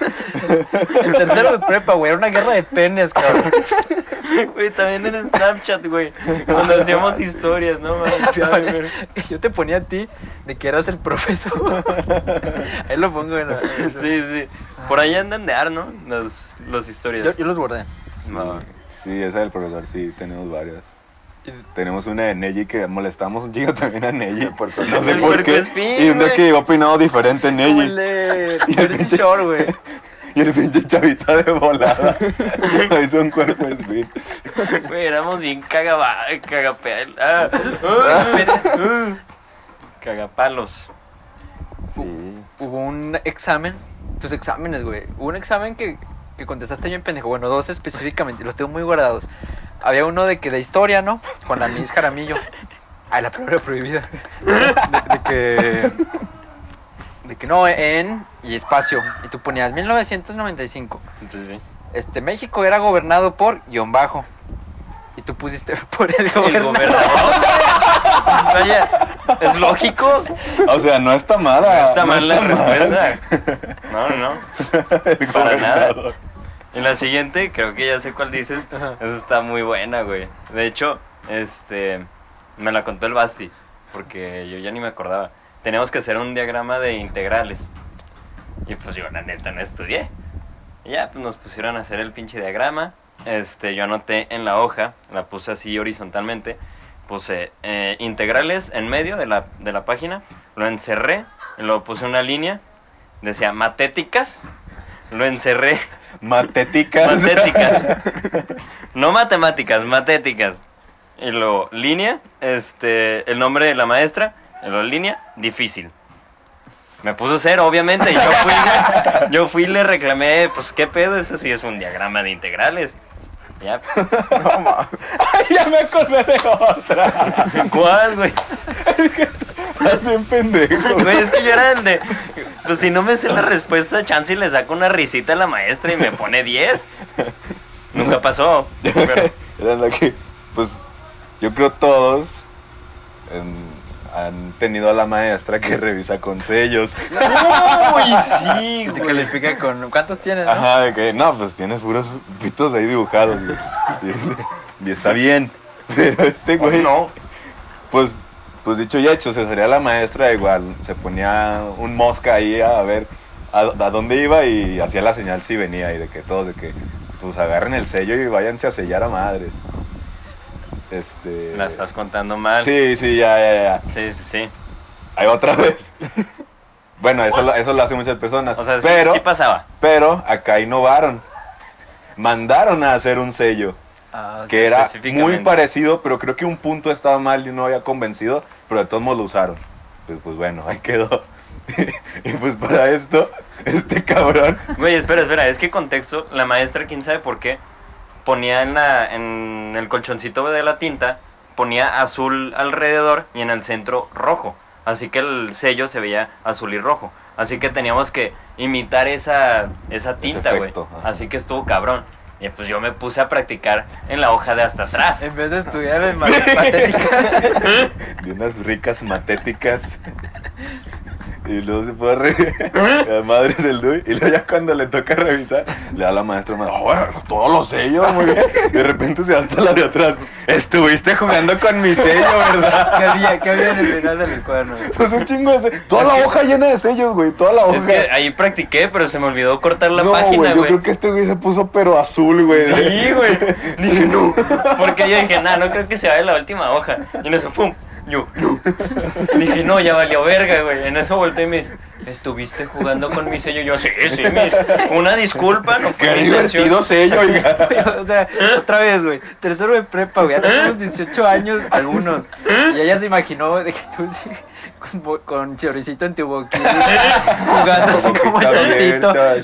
En tercero de prepa, güey, era una guerra de penes, cabrón. Güey, también en Snapchat, güey. Cuando hacíamos historias, ¿no? mames? Había varias- Yo te ponía a ti de que eras el profesor. Ahí lo pongo en la- Sí, sí. Por ahí andan de ar, ¿no? Las, las historias. Yo, yo los guardé. No. Sí, esa del profesor, sí, tenemos varias. Tenemos una de Neji que molestamos un chingo también a Neji. Puerco No sé El por qué. puercoespín, Y un día güey. que iba peinado diferente Como el Neji. de Jersey Shore, güey. Y el pinche chavita de volada. Hizo un cuerpo espín. Güey, éramos bien cagaba, cagapea. Ah, ah, cagapalos. Sí. Hubo un examen, tus exámenes, güey. Hubo un examen que, que contestaste bien pendejo. Bueno, dos específicamente, y los tengo muy guardados. Había uno de que de historia, ¿no? Con la Miss Jaramillo. Ay, la palabra prohibida. De, de que. De que no, en y espacio. Y tú ponías mil novecientos noventa y cinco. Entonces sí. Este, México era gobernado por guión bajo. Y tú pusiste por el El gobernador. gobernador. Vaya, es lógico. O sea, no está No mala. está mal la mal. respuesta. No, no. El Para nada. gobernador. En la siguiente, creo que ya sé cuál dices. Esa está muy buena, güey. De hecho, este. Me la contó el Basti. Porque yo ya ni me acordaba. Teníamos que hacer un diagrama de integrales. Y pues yo, la neta, no estudié. Y ya, pues nos pusieron a hacer el pinche diagrama. Este, yo anoté en la hoja, la puse así horizontalmente. Puse eh, integrales en medio de la, de la página. Lo encerré y luego puse una línea, decía matéticas, lo encerré. Matéticas. Matéticas. No matemáticas, matéticas. Y luego línea, este, el nombre de la maestra, y luego línea, difícil. Me puso cero, obviamente, y yo fui, yo fui y le reclamé, pues, ¿qué pedo? Este sí es un diagrama de integrales. Ya. No mames. Ay, ya me acordé de otra. ¿Cuál, güey? Estás bien pendejo. Güey, es que yo era el de, pues, si no me sé la respuesta, chance y le saco una risita a la maestra y me pone diez. Nunca pasó, pero... Era la que, pues, yo creo todos en- han tenido a la maestra que revisa con sellos. Uy, sí, Te güey. califica con... ¿Cuántos tienes, no? Ajá, de que, no, pues tienes puros pitos ahí dibujados. Y, y- y está bien. Pero este Oh, güey, no. pues, pues dicho y hecho, se salía la maestra igual. Se ponía un mosca ahí a ver a, a dónde iba y hacía la señal si venía. Y de que todos, de que, pues agarren el sello y váyanse a sellar a madres. Este... La estás contando mal. Sí, sí, ya, ya, ya. Sí, sí, sí. Ahí otra vez. Bueno, eso, lo- eso lo hacen muchas personas. O sea, sí, pero, sí pasaba. pero acá innovaron. Mandaron a hacer un sello Ah, que era muy específicamente. parecido, pero creo que un punto estaba mal y no había convencido, pero de todos modos lo usaron. Pues, pues bueno, ahí quedó. Y pues para esto, este cabrón. Güey, espera, espera. Es que contexto, la maestra, quién sabe por qué, ponía en, la, en el colchoncito de la tinta, ponía azul alrededor y en el centro rojo. Así que el sello se veía azul y rojo. Así que teníamos que imitar esa, esa tinta, güey. efecto, ajá. Así que estuvo cabrón. Y pues yo me puse a practicar en la hoja de hasta atrás. En vez de estudiar en matemáticas. De unas ricas matéticas. Y luego se puede re... La madre es el Dui. Y luego ya cuando le toca revisar, le da a la maestra, oh, bueno, todos los sellos, muy bien. De repente se va hasta la de atrás. Estuviste jugando con mi sello, ¿verdad? ¿Qué había, qué había en el final del cuaderno? Pues un chingo de sellos. Toda la hoja llena de sellos, güey. Toda la hoja. Es que ahí practiqué, pero se me olvidó cortar la no, página, güey. Yo güey. creo que este güey se puso pero azul, güey. Sí, güey. Dije, no. Porque yo dije, nah, no creo que se vaya la última hoja. Y en eso, ¡pum! Yo, no. Dije, no, ya valió verga, güey. En eso volteé y me dice, ¿estuviste jugando con mi sello? Yo, sí, sí, mis. Una disculpa, no fue Qué mi intención. divertido sello, oiga. O sea, otra vez, güey. Tercero de prepa, güey. Ya tenemos dieciocho años, algunos. Y ella se imaginó de que tú sí, con, bo- con choricito en tu boquilla, jugando así como Boquita el tontito. abierta,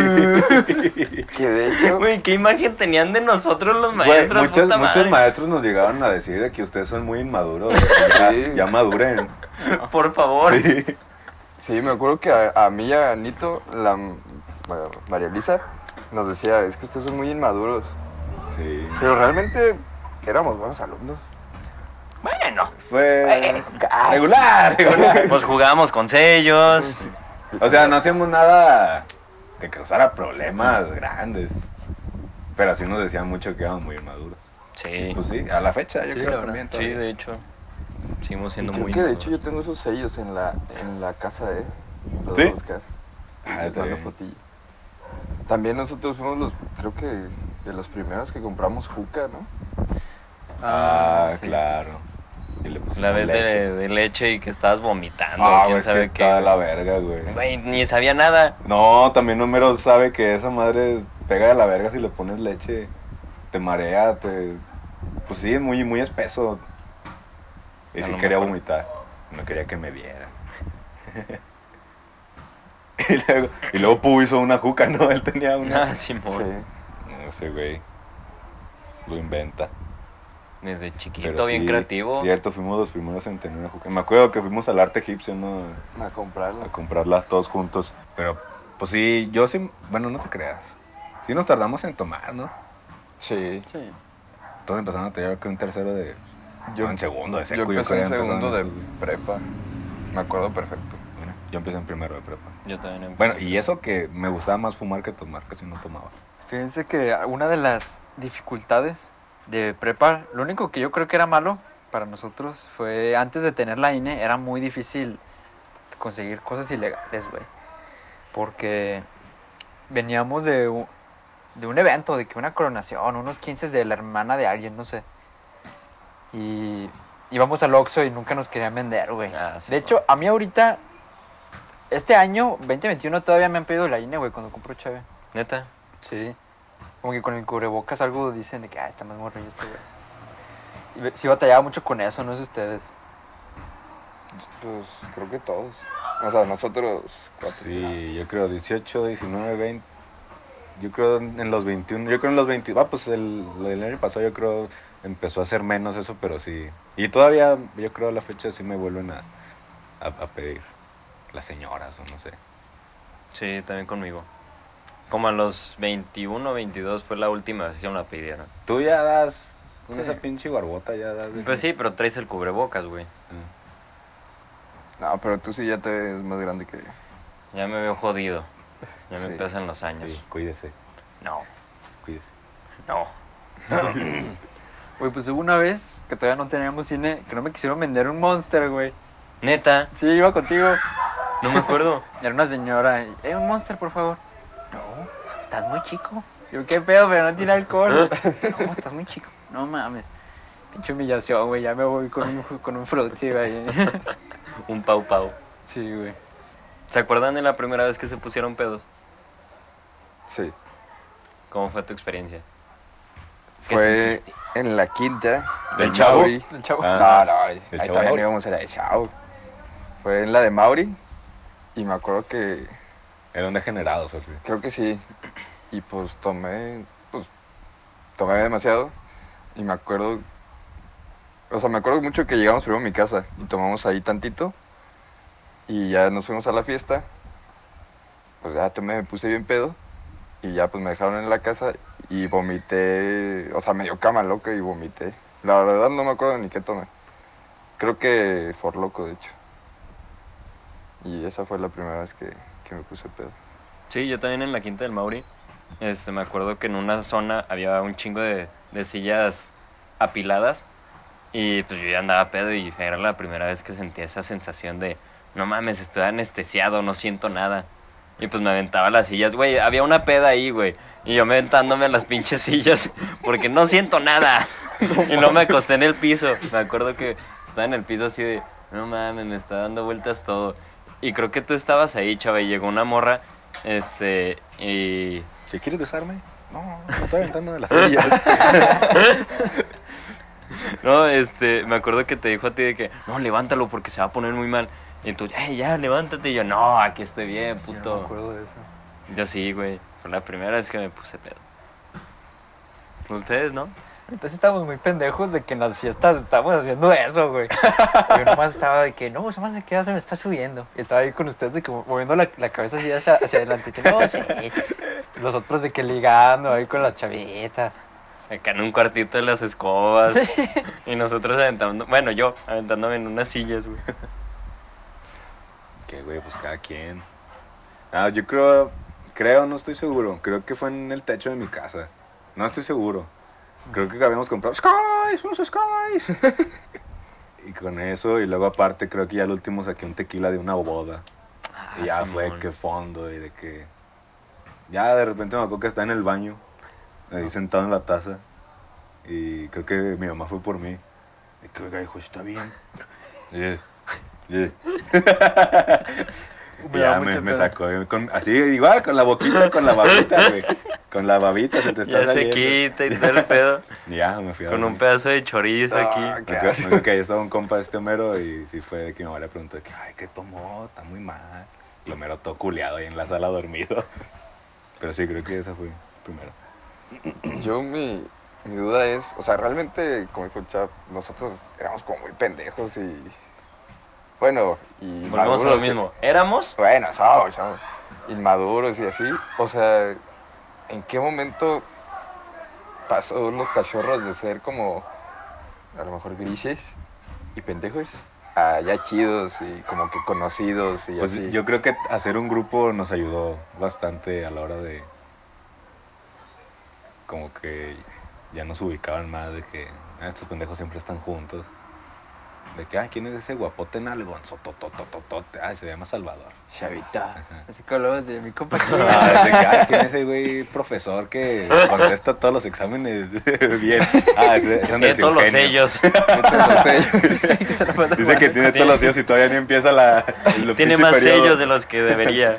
así. Que de hecho, Güey, ¿qué imagen tenían de nosotros los Güey, maestros? muchos, puta muchos madre? maestros nos llegaron a decir de que ustedes son muy inmaduros. Ya, Sí. ya maduren. Por favor. Sí. sí, me acuerdo que a, a mí y a Anito, la bueno, María Elisa, nos decía, es que ustedes son muy inmaduros. Sí. Pero realmente éramos buenos alumnos. Bueno, Fue regular, regular. pues jugamos con sellos. O sea, no hacíamos nada que causara problemas grandes. Pero sí nos decían mucho que éramos muy inmaduros. Sí, Pues sí, a la fecha yo Sí, la creo verdad. también. sí, todavía. de hecho. Seguimos Y siendo creo muy. que de hecho yo tengo esos sellos en la, en la casa de los ¿Sí? voy a buscar. Ah, Les está mando bien. fotillo. También nosotros fuimos los, creo que de los primeros que compramos juca, ¿no? Ah, sí. claro. Y le pusimos La vez leche. de, de leche y que estabas vomitando, Ah, quién güey, sabe es que qué. está de la güey. verga, güey. Güey, ni sabía nada. No, también Homero sabe que esa madre pega de la verga si le pones leche. Te marea, te... Pues sí, es muy, muy espeso. Y A sí lo quería mejor. vomitar. No quería que me viera. y, luego, y luego Pu hizo una juca, ¿no? Él tenía una... Ah, Simón. Sí. No sé, güey. Lo inventa. Desde chiquito, Pero bien sí, creativo. Cierto, fuimos los primeros en tener una juca. Me acuerdo que fuimos al arte egipcio, ¿no? A comprarla. A comprarlas todos juntos. Pero, pues sí, yo sí... Bueno, no te creas. Sí nos tardamos en tomar, ¿no? Sí. Sí. Todos empezaron a tener que un tercero de... Yo, no, en segundo de yo seco. empecé en creo que segundo de empezaron estos, prepa. Me acuerdo perfecto. güey. Yo empecé en primero de prepa. Yo también empecé. Bueno, y eso que me gustaba más fumar que tomar, casi no tomaba. Fíjense que una de las dificultades de prepa, lo único que yo creo que era malo para nosotros fue antes de tener la I N E, era muy difícil conseguir cosas ilegales, güey. Porque veníamos de un, de un evento, de que una coronación, unos quince de la hermana de alguien, no sé. Y íbamos al Oxxo y nunca nos querían vender, güey. Ah, sí, de hecho, a mí ahorita Este año, veinte veintiuno, todavía me han pedido la I N E, güey, cuando compro cheve. Neta. Sí. Como que con el cubrebocas algo dicen de que, ah, está más morrillo este, güey. Y ve- sí batallaba mucho con eso, no sé ustedes. Pues creo que todos. O sea, nosotros cuatro. Sí, yo creo dieciocho, diecinueve, veinte. Yo creo en los veintiuno. Yo creo en los veinte. Ah, pues el, el año pasado yo creo empezó a hacer menos eso, pero sí. Y todavía yo creo a la fecha sí me vuelven a, a, a pedir las señoras o no sé. Sí, también conmigo. Como a los veintiuno, veintidós fue la última vez que me la pidieron. Tú ya das con Sí. esa pinche barbota, ya das. de- Pues sí, pero traes el cubrebocas, güey. Ah. No, pero tú sí ya te ves más grande que... Ya me veo jodido. Ya me Sí. empiezan los años. Sí, cuídese, No, cuídese. no. Güey, pues hubo una vez que todavía no teníamos cine, que no me quisieron vender un Monster, güey. Neta, Sí, iba contigo. no me acuerdo. Era una señora, y, eh, un Monster, por favor. No, estás muy chico. Yo, ¿qué pedo? Pero no tiene alcohol. No, estás muy chico. No mames. Pinche humillación, güey. Ya me voy con un, con un frutzi, güey. Un pau pau. Sí, güey. ¿Se acuerdan de la primera vez que se pusieron pedos? Sí. ¿Cómo fue tu experiencia? ¿Qué Fue sentiste? en la quinta ¿Del Chavo? Mauri. El chavo. Ah. No, no, ahí ¿El Chavo todavía no Mauri? íbamos a la de Chavo. Fue en la de Mauri. Y me acuerdo que, Era un degenerado, Sofi. creo que sí. Y pues tomé, pues, tomé demasiado. Y me acuerdo, o sea, me acuerdo mucho que llegamos primero a mi casa y tomamos ahí tantito. Y ya nos fuimos a la fiesta. Pues ya tomé, me puse bien pedo. Y ya pues me dejaron en la casa y vomité, o sea, me dio cama loca y vomité. La verdad no me acuerdo ni qué tomé. Creo que For Loco, de hecho. Y esa fue la primera vez que, que me puse pedo. Sí, yo también en la Quinta del Mauri. Este, me acuerdo que en una zona había un chingo de, de sillas apiladas. Y pues yo ya andaba pedo y era la primera vez que sentía esa sensación de, no mames, estoy anestesiado, no siento nada. Y pues me aventaba las sillas, güey, había una peda ahí, güey. Y yo me aventándome a las pinches sillas porque no siento nada. Y no me acosté en el piso. Me acuerdo que estaba en el piso así de, no mames, me está dando vueltas todo. Y creo que tú estabas ahí, chava, y llegó una morra, este, y... ¿Si quieres besarme? No, me estoy aventando de las sillas. No, este, me acuerdo que te dijo a ti de que, no, levántalo porque se va a poner muy mal. Y tú, hey, ya, levántate. Y yo, no, aquí estoy bien, Yo no me puto. acuerdo de eso. Yo sí, güey. Fue la primera vez que me puse pedo. Ustedes, ¿no? Entonces estábamos muy pendejos de que en las fiestas estábamos haciendo eso, güey. Yo nomás estaba de que, no, eso más de que ya se me está subiendo. Y estaba ahí con ustedes de que moviendo la, la cabeza así hacia, hacia adelante. Que no, sí. Los otros de que ligando ahí con las chavitas. Acá en un cuartito de las escobas. Sí. Y nosotros aventando, bueno, yo aventándome en unas sillas, güey. Que, güey, pues cada quien. Ah, yo creo, creo, no estoy seguro. Creo que fue en el techo de mi casa. No estoy seguro. Creo que habíamos comprado Skies, unos Skies. Y con eso, y luego aparte, creo que ya al último saqué un tequila de una boda. Y ya Ah, fue Simón. que fondo y de que. Ya de repente me acuerdo que estaba en el baño, ahí sentado en la taza. Y creo que mi mamá fue por mí. Y que, oiga, hijo, está bien. Yeah, yeah. Y Me da ya mucha me, me pena. sacó, con- así igual, con la boquita, con la babita, güey. Con la babita se te está Ya se saliendo. quita y todo el pedo. Y ya me fui a Con un dormir. pedazo de chorizo Ah, aquí. Me acuerdo- me acuerdo que ahí estaba un compa de este Homero y sí fue de que mi mamá le preguntó de que, ay, ¿qué tomó? Está muy mal. Y Homero todo culeado ahí en la sala dormido. Pero sí, creo que esa fue primero. Yo, mi, mi duda es, o sea, realmente, como dijo el Chap, nosotros éramos como muy pendejos y. Bueno, y. Volvemos a lo maduros y- mismo. ¿Éramos? Bueno, somos, somos inmaduros y así. O sea, ¿en qué momento pasó los cachorros de ser como, a lo mejor grises y pendejos, a ya chidos y como que conocidos y Pues así? yo creo que hacer un grupo nos ayudó bastante a la hora de. Como que ya nos ubicaban más de que "Ah, estos pendejos siempre están juntos". De que, ah, ¿quién es ese guapote nalgonzo? Totototote. Ah, se llama Salvador. Chavita. Así que hablabas de mi compa. Ah, de que, ah, ¿quién es ese güey profesor que contesta todos los exámenes bien? Ah, ese, ese no Tiene es todos los Eugenio. sellos. Todos los sellos. Que se la pasa Dice que jugando. tiene todos los sellos y todavía ni empieza la, el Tiene pinche más periodo. sellos de los que debería.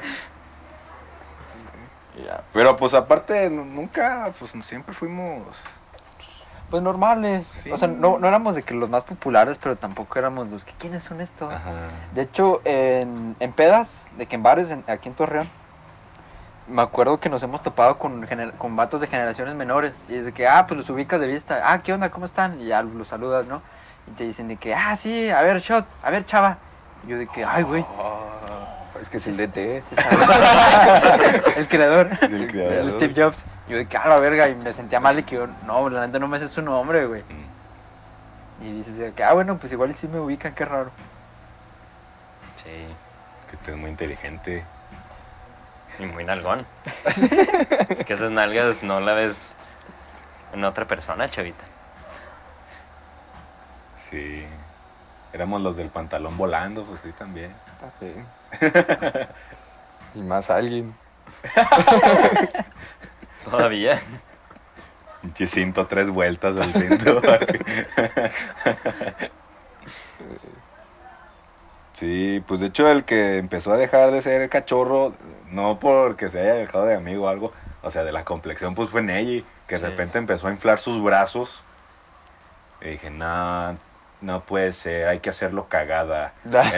Ya, pero pues aparte, nu- nunca, pues siempre fuimos... Pues normales. Sí. O sea, no, no éramos de que los más populares, pero tampoco éramos los que, ¿quiénes son estos? Ajá. De hecho, en, en pedas, de que en bares en- aquí en Torreón, me acuerdo que nos hemos topado con, gener- con vatos de generaciones menores. Y es de que, ah, pues los ubicas de vista. Ah, ¿qué onda? ¿Cómo están? Y ya los saludas, ¿no? Y te dicen de que, ah, sí, a ver, shot, a ver, chava. Y yo de que, ay, güey. Es que es el D T. se sabe. El creador. El creador. El Steve Jobs. Yo de que, ah, la verga. Y me sentía mal de que yo, no, la neta no me sé su nombre, güey. Y dices de que, ah, bueno, pues igual y sí me ubican, qué raro. Sí. Que usted es muy inteligente. Y muy nalgón. Es que esas nalgas no la ves en otra persona, chavita. Sí. Éramos los del pantalón volando, pues sí, también. Está bien. Y más alguien. Todavía. Pinche cinto, tres vueltas al cinto. Sí, pues de hecho el que empezó a dejar de ser cachorro, no porque se haya dejado de amigo o algo, o sea, de la complexión, pues fue Neji, que de Sí. repente empezó a inflar sus brazos. Y dije, no, no puede ser, hay que hacerlo cagada.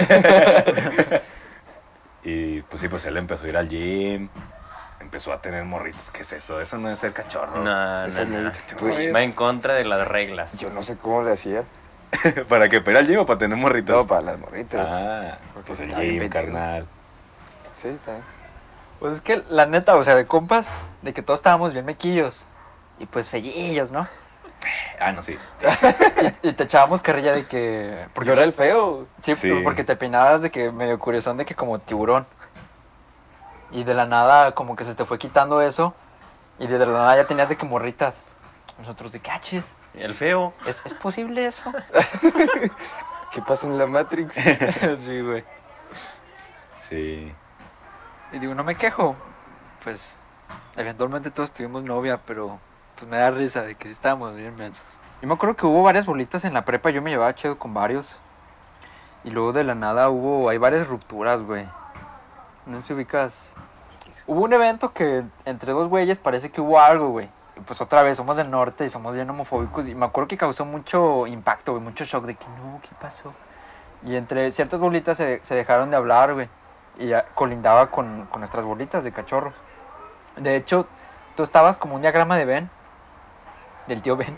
Y pues sí, pues él empezó a ir al gym, empezó a tener morritos. ¿Qué es eso? Eso no es ser cachorro. No, Eso no, no- no. Güey, Va en contra de las reglas. Yo no sé cómo le hacía. ¿Para qué? ¿Para ir al gym o para tener morritos? No, para las morritas. Ah, pues el está bien gym, pendejo. carnal. Sí, está bien. Pues es que la neta, o sea, de compas, de que todos estábamos bien mequillos. Y pues fellillos, ¿no? Ah, no, sí. Y, y te echábamos carrilla de que... Porque era el feo. Sí, Sí. porque te peinabas de que medio curiosón, de que como tiburón. Y de la nada como que se te fue quitando eso. Y de la nada ya tenías de que morritas. Nosotros de que, ah, chis, El feo. ¿es, ¿es posible eso? ¿Qué pasó en la Matrix? Sí, güey. Sí. Y digo, no me quejo. Pues, eventualmente todos tuvimos novia, pero pues me da risa de que sí estábamos bien mensos. Yo me acuerdo que hubo varias bolitas en la prepa, yo me llevaba chido con varios. Y luego de la nada hubo, hay varias rupturas, güey. No sé si ubicas. Hubo un evento que entre dos güeyes parece que hubo algo, güey. Y pues otra vez, somos del norte y somos bien homofóbicos. Y me acuerdo que causó mucho impacto, güey, mucho shock de que no, ¿qué pasó? Y entre ciertas bolitas se, se dejaron de hablar, güey. Y ya colindaba con, con nuestras bolitas de cachorros. De hecho, tú estabas como un diagrama de Ben. Del tío Ben.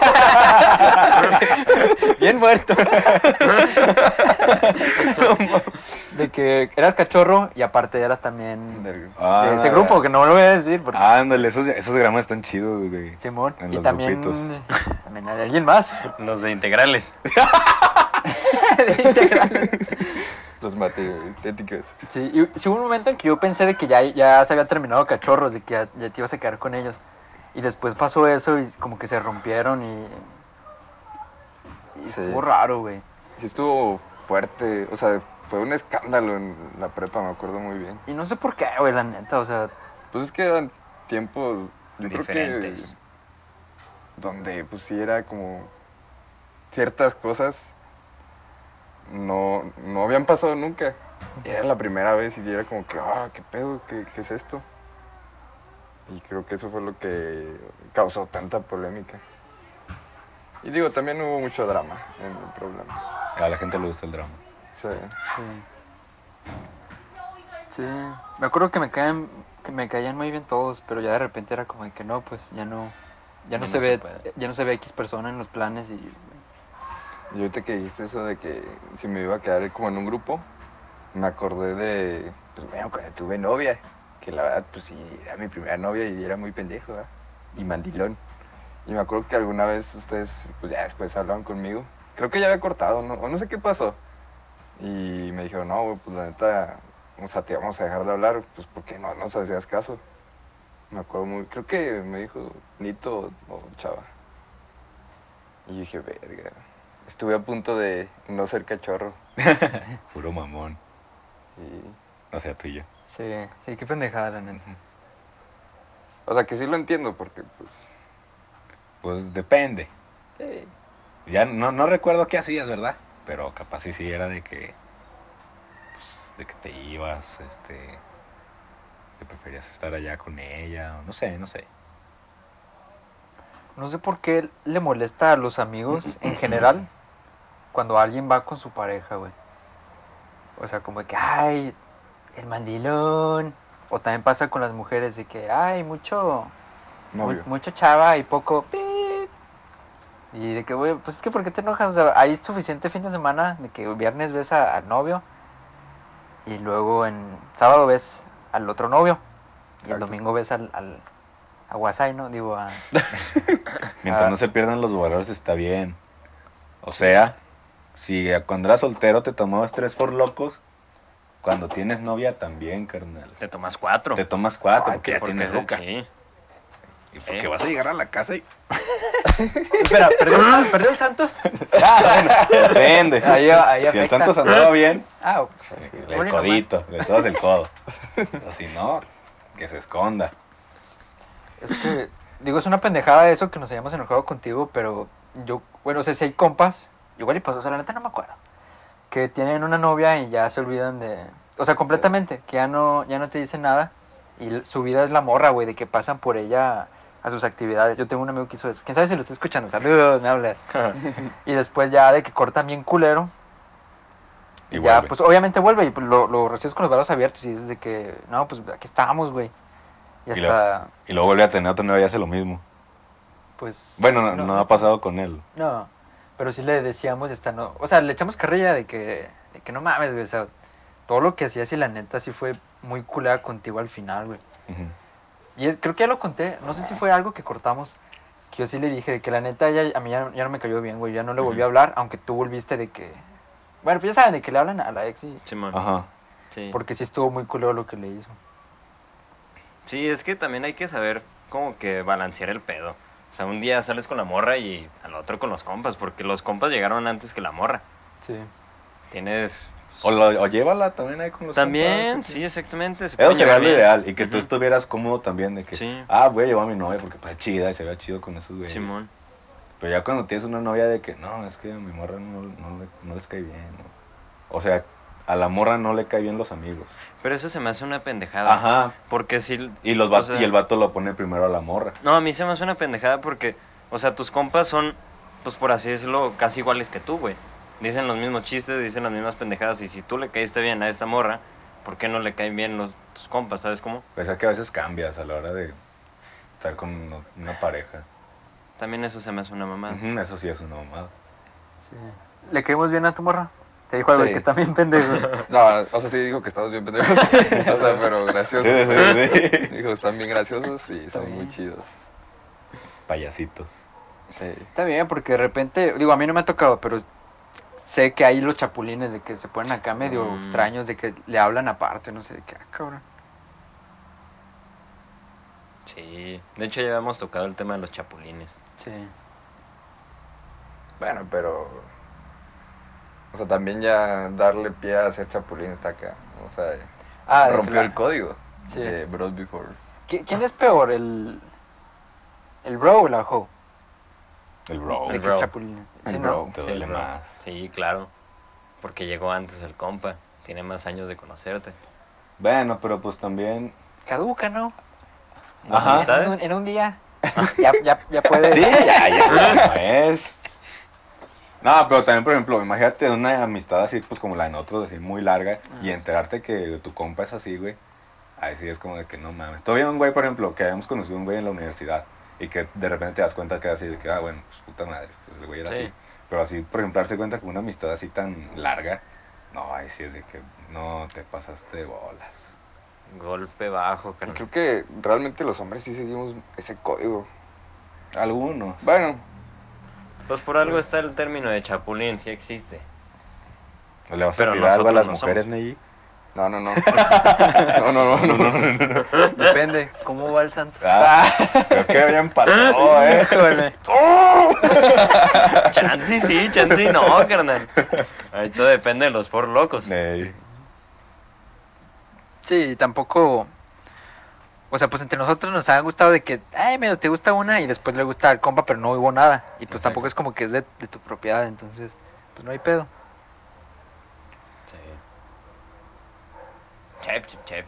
Bien muerto. De que eras cachorro y aparte eras también de Ah, ese grupo, que no lo voy a decir. Porque... Ándale, esos, esos gramas están chidos, güey. Simón. en Y los también, grupitos. también hay alguien más. Los de integrales. Los matemáticas. Sí, y sí hubo un momento en que yo pensé de que ya, ya se había terminado cachorros, de que ya, ya te ibas a quedar con ellos. Y después pasó eso y como que se rompieron y... Y Sí. estuvo raro, güey. Sí estuvo fuerte. O sea, fue un escándalo en la prepa, me acuerdo muy bien. Y no sé por qué, güey, la neta, o sea... Pues es que eran tiempos, yo Diferentes. creo que donde pues sí era como ciertas cosas no, no habían pasado nunca. Era la primera vez y era como que, ah, qué pedo, qué, qué es esto. Y creo que eso fue lo que causó tanta polémica. Y digo, también hubo mucho drama en el problema. A la gente le gusta el drama. Sí. Sí. Sí. Me acuerdo que me caen, que me caían muy bien todos, pero ya de repente era como de que no, pues ya no... Ya no, Ya se no se ve, puede. ya no se ve X persona en los planes y... Y ahorita que dijiste eso de que si me iba a quedar como en un grupo, me acordé de, pues bueno, cuando tuve novia, que la verdad, pues sí, era mi primera novia y era muy pendejo, ¿verdad? Y mandilón. Y me acuerdo que alguna vez ustedes, pues ya después hablaron conmigo. Creo que ya había cortado, ¿no? O no sé qué pasó. Y me dijeron, no, güey, pues la neta, o sea, te vamos a dejar de hablar, pues porque no nos hacías caso. Me acuerdo muy, creo que me dijo Nito o Chava. Y yo dije, verga. estuve a punto de no ser cachorro. Puro mamón. Y, O sea, tú y yo. Sí, sí, qué pendejada, la neta. o sea, que sí lo entiendo porque, pues... Pues depende. eh, Ya no, no recuerdo qué hacías, ¿verdad? Pero capaz sí, sí era de que... Pues, de que te ibas, este... que preferías estar allá con ella, o no sé, no sé. No sé por qué le molesta a los amigos en general cuando alguien va con su pareja, güey. O sea, como de que, ay, el mandilón. O también pasa con las mujeres de que, ay, mucho, novio. mu- mucho chava y poco pip. Y de que, güey, pues es que ¿por qué te enojas? O sea, hay suficiente fin de semana de que viernes ves a- al novio y luego en sábado ves al otro novio y el Exacto. domingo ves al, al a Guasay, ¿no? Digo, a... Mientras Ah. no se pierdan los valores está bien. O sea, si cuando eras soltero te tomabas tres for locos, cuando tienes novia también, carnal. Te tomas cuatro. Te tomas cuatro Ay, porque ya Porque tienes es- ruca. Sí. Y porque Sí. vas a llegar a la casa y... Espera, ¿perdió, el- ¿perdió el Santos? Depende. Ahí- ahí si el afecta. Santos andaba bien, Ah, pues, el bueno, y codito, le sobas el codo. O si no, que se esconda. Es que, digo, es una pendejada eso que nos hayamos enojado contigo, pero yo, bueno, o sea, si hay compas, igual y pasó, o sea, la neta no me acuerdo, que tienen una novia y ya se olvidan de, o sea, completamente, que ya no, ya no te dicen nada y l- su vida es la morra, güey, de que pasan por ella a sus actividades. Yo tengo un amigo que hizo eso, quién sabe si lo está escuchando, saludos, me hablas. Y después ya de que cortan bien culero. Y, Y ya, vuelve. pues obviamente vuelve y pues, lo, lo recibes con los brazos abiertos y dices de que, no, pues aquí estamos, güey. Y Y lo- hasta, Y luego vuelve a tener otra novia y hace lo mismo. pues... Bueno, no, no ha pasado con él. No, pero sí le decíamos esta no, o sea, le echamos carrilla de que, de que no mames, güey, o sea, todo lo que hacías y la neta sí fue muy culera contigo al final, güey. Ujú. Y es, creo que ya lo conté, no sé si fue algo que cortamos, que yo sí le dije de que la neta ya, a mí ya, ya no me cayó bien, güey, ya no le volví a hablar, aunque tú volviste de que, bueno, pues ya saben de que le hablan a la ex y, Simón. Ajá. Sí. porque sí estuvo muy culero lo que le hizo. Sí, es que también hay que saber como que balancear el pedo. O sea, un día sales con la morra y al otro con los compas, porque los compas llegaron antes que la morra. Sí. Tienes... O, lo- o llévala también ahí con los También, compas, sí, exactamente. Se Eso pueden sería llevar lo bien. ideal. Y que tú Ujú. estuvieras cómodo también de que, Sí. ah, voy a llevar a mi novia porque pues es chida y se vea chido con esos güeyes. Simón. Pero ya cuando tienes una novia de que, no, es que a mi morra no, no, le- no les cae bien. ¿no? O sea, a la morra no le cae bien los amigos. Pero eso se me hace una pendejada. Ajá. Porque si... Y, los o va- sea, y el vato lo pone primero a la morra. No, a mí se me hace una pendejada porque, o sea, tus compas son, pues por así decirlo, casi iguales que tú, güey. Dicen los mismos chistes, dicen las mismas pendejadas. Y si tú le caíste bien a esta morra, ¿por qué no le caen bien los, tus compas? ¿Sabes cómo? Pues es que a veces cambias a la hora de estar con una, una pareja. También eso se me hace una mamada. Ujú, eso sí es una mamada. Sí. ¿Le caímos bien a tu morra? Te dijo algo de Sí. que está bien pendejo. No, o sea, sí digo que estamos bien pendejos. O sea, pero graciosos. Sí, sí, sí. Dijo, están bien graciosos y son bien. muy chidos. Payasitos. Sí. Está bien, porque de repente, digo, a mí no me ha tocado, pero sé que hay los chapulines de que se ponen acá medio Mm. extraños, de que le hablan aparte, no sé, de qué, ah, cabrón. Sí. De hecho, ya habíamos tocado el tema de los chapulines. Sí. Bueno, pero... O sea, también ya darle pie a hacer chapulín está acá. O sea, Ah, de que rompió la- el código Sí. de Bros Before. ¿Qui- ¿Quién es peor, el, el bro o la hoe? El bro. De El que bro. chapulines. El Sí, bro. ¿no? Te Sí, duele bro. más. Sí, claro. Porque llegó antes el compa. Tiene más años de conocerte. Bueno, pero pues también... Caduca, ¿no? ¿Las Ajá. amistades? En un, en un día. ya, ya, ya puedes. Sí, ya, ya, no es. No, pero también, por ejemplo, imagínate una amistad así, pues como la de nosotros, así muy larga, y enterarte que tu compa es así, güey. Ahí sí es como de que no mames. Todavía un güey, por ejemplo, que habíamos conocido un güey en la universidad, y que de repente te das cuenta que era así, de que, ah, bueno, pues puta madre, pues el güey era Sí. así. Pero así, por ejemplo, darse cuenta que una amistad así tan larga, no, ahí sí es de que no te pasaste de bolas. Golpe bajo, Y carnal. creo que realmente los hombres sí seguimos ese código. Algunos. Bueno, Pues por algo está el término de chapulín, sí existe. ¿Le vas Pero a tirar algo a las nosotros no mujeres, somos. Neyi? No, no, no. No, no, no, no. no. Depende, ¿cómo va el Santos? Ah, creo que había empatado, eh. Híjole. Chance sí, chance no, carnal. Ahí todo depende de los por locos. Ey. Sí, tampoco. O sea, pues entre nosotros nos ha gustado de que, ay, medio te gusta una y después le gusta al compa, pero no hubo nada. Y pues Exacto. tampoco es como que es de, de tu propiedad, entonces, pues no hay pedo. Sí. Chep, chep, chep.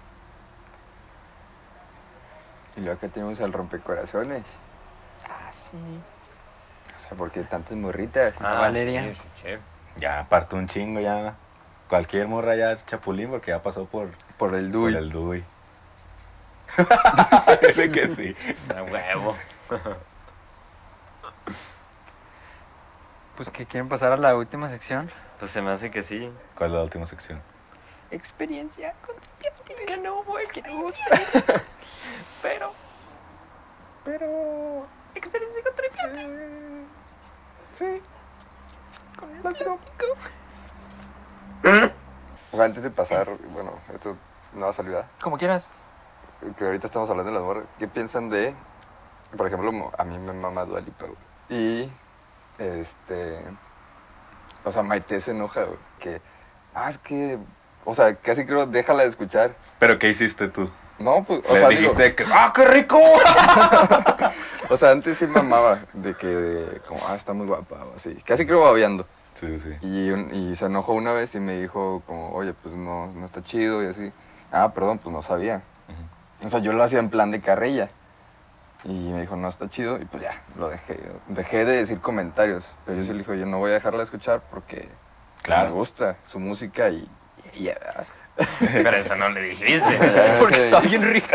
Y luego acá tenemos al rompecorazones. Ah, sí. O sea, porque tantas morritas. Ah, Valeria. sí, chep. Ya apartó un chingo, ya. Cualquier morra ya es chapulín porque ya pasó por, Por el por Dui. el Dui. Dice que sí. A huevo. Pues que quieren pasar a la última sección. Pues se me hace que sí. ¿Cuál es la última sección? Experiencia con que no hubo experiencia. Pero, Pero... Experiencia con tripiate. eh, sí. Con el plástico. O antes de pasar, bueno, esto no va a salir, ¿verdad? Como quieras. Que ahorita estamos hablando de las morras. ¿Qué piensan de, por ejemplo, mo- a mí me mama Dua Lipa, güey? Y, este, o sea, Maite se enoja, güey, que, ah, es que, o sea, casi creo, déjala de escuchar. ¿Pero qué hiciste tú? No, pues, o Le sea, digo, dijiste que... ¡Ah, qué rico! o sea, antes sí me amaba de que, de, como, ah, está muy guapa, o así. Casi creo babeando. Sí, sí. Y, un- y se enojó una vez y me dijo, como, oye, pues no, no está chido y así. Ah, perdón, pues no sabía. O sea, yo lo hacía en plan de carrilla. Y me dijo, no está chido. Y pues ya, lo dejé. Dejé de decir comentarios. Pero yo sí le dije, yo no voy a dejarla de escuchar porque Claro. me gusta su música y... y ya. Pero eso no le dijiste. Ya, Porque sí. está bien rica.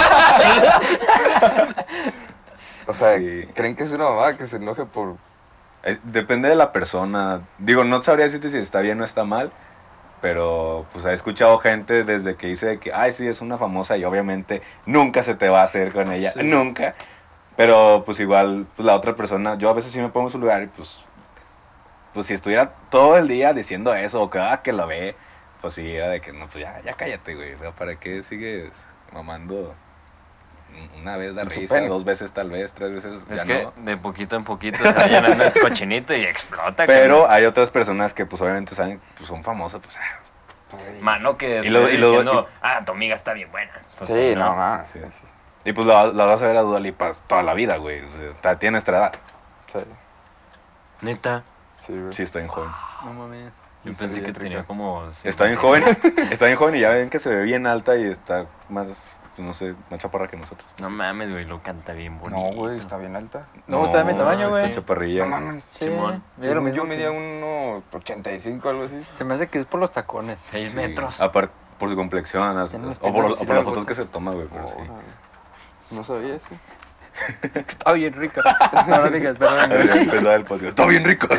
O sea, Sí. ¿creen que es una mamá que se enoje por...? Es- depende de la persona. Digo, no sabría decirte si está bien o está mal. Pero pues he escuchado gente desde que dice que, ay, sí, es una famosa y obviamente nunca se te va a hacer con ella, Sí. nunca. Pero pues igual, pues la otra persona, yo a veces sí me pongo en su lugar y pues, pues si estuviera todo el día diciendo eso o que, ah, que lo ve, pues sí, era de que, no, pues ya, ya cállate, güey, o sea, ¿para qué sigues mamando una vez da En su risa, pene. dos veces tal vez, tres veces Es ya que no? de poquito en poquito se va llenando el cochinito y explota. Pero carnal. hay otras personas que pues obviamente saben, pues son famosas, pues, ah, Mano que Y esté luego- y luego- diciendo, ah, tu amiga está bien buena. Pues, sí, no, no. Sí. Y pues la, la vas a ver a Dua Lipa toda la vida, güey. O sea, ta- tiene nuestra edad. Sí, Neta, sí, güey. Sí, está bien joven. No mames. yo Está pensé que bien tenía rica. como... Está bien joven. Está bien joven y ya ven que se ve bien alta y está más, pues, no sé, más chaparra que nosotros. No mames, güey, lo canta bien bonito. No, güey, está bien alta. No, está de mi tamaño, güey. Está chaparrilla. No mames. Sí, Simón. mira lo Según mismo yo que- medía uno ochenta y cinco, algo así. Se me hace que es por los tacones. Seis Sí. metros. Aparte, por su complexión. as- Tiene unas o por, piernas o así por las de fotos que botas. se toma, güey. Pero sí. Órale. No sabía eso. Está bien rica. No, no digas, perdón. Así empezaba el podcast. Está bien rico.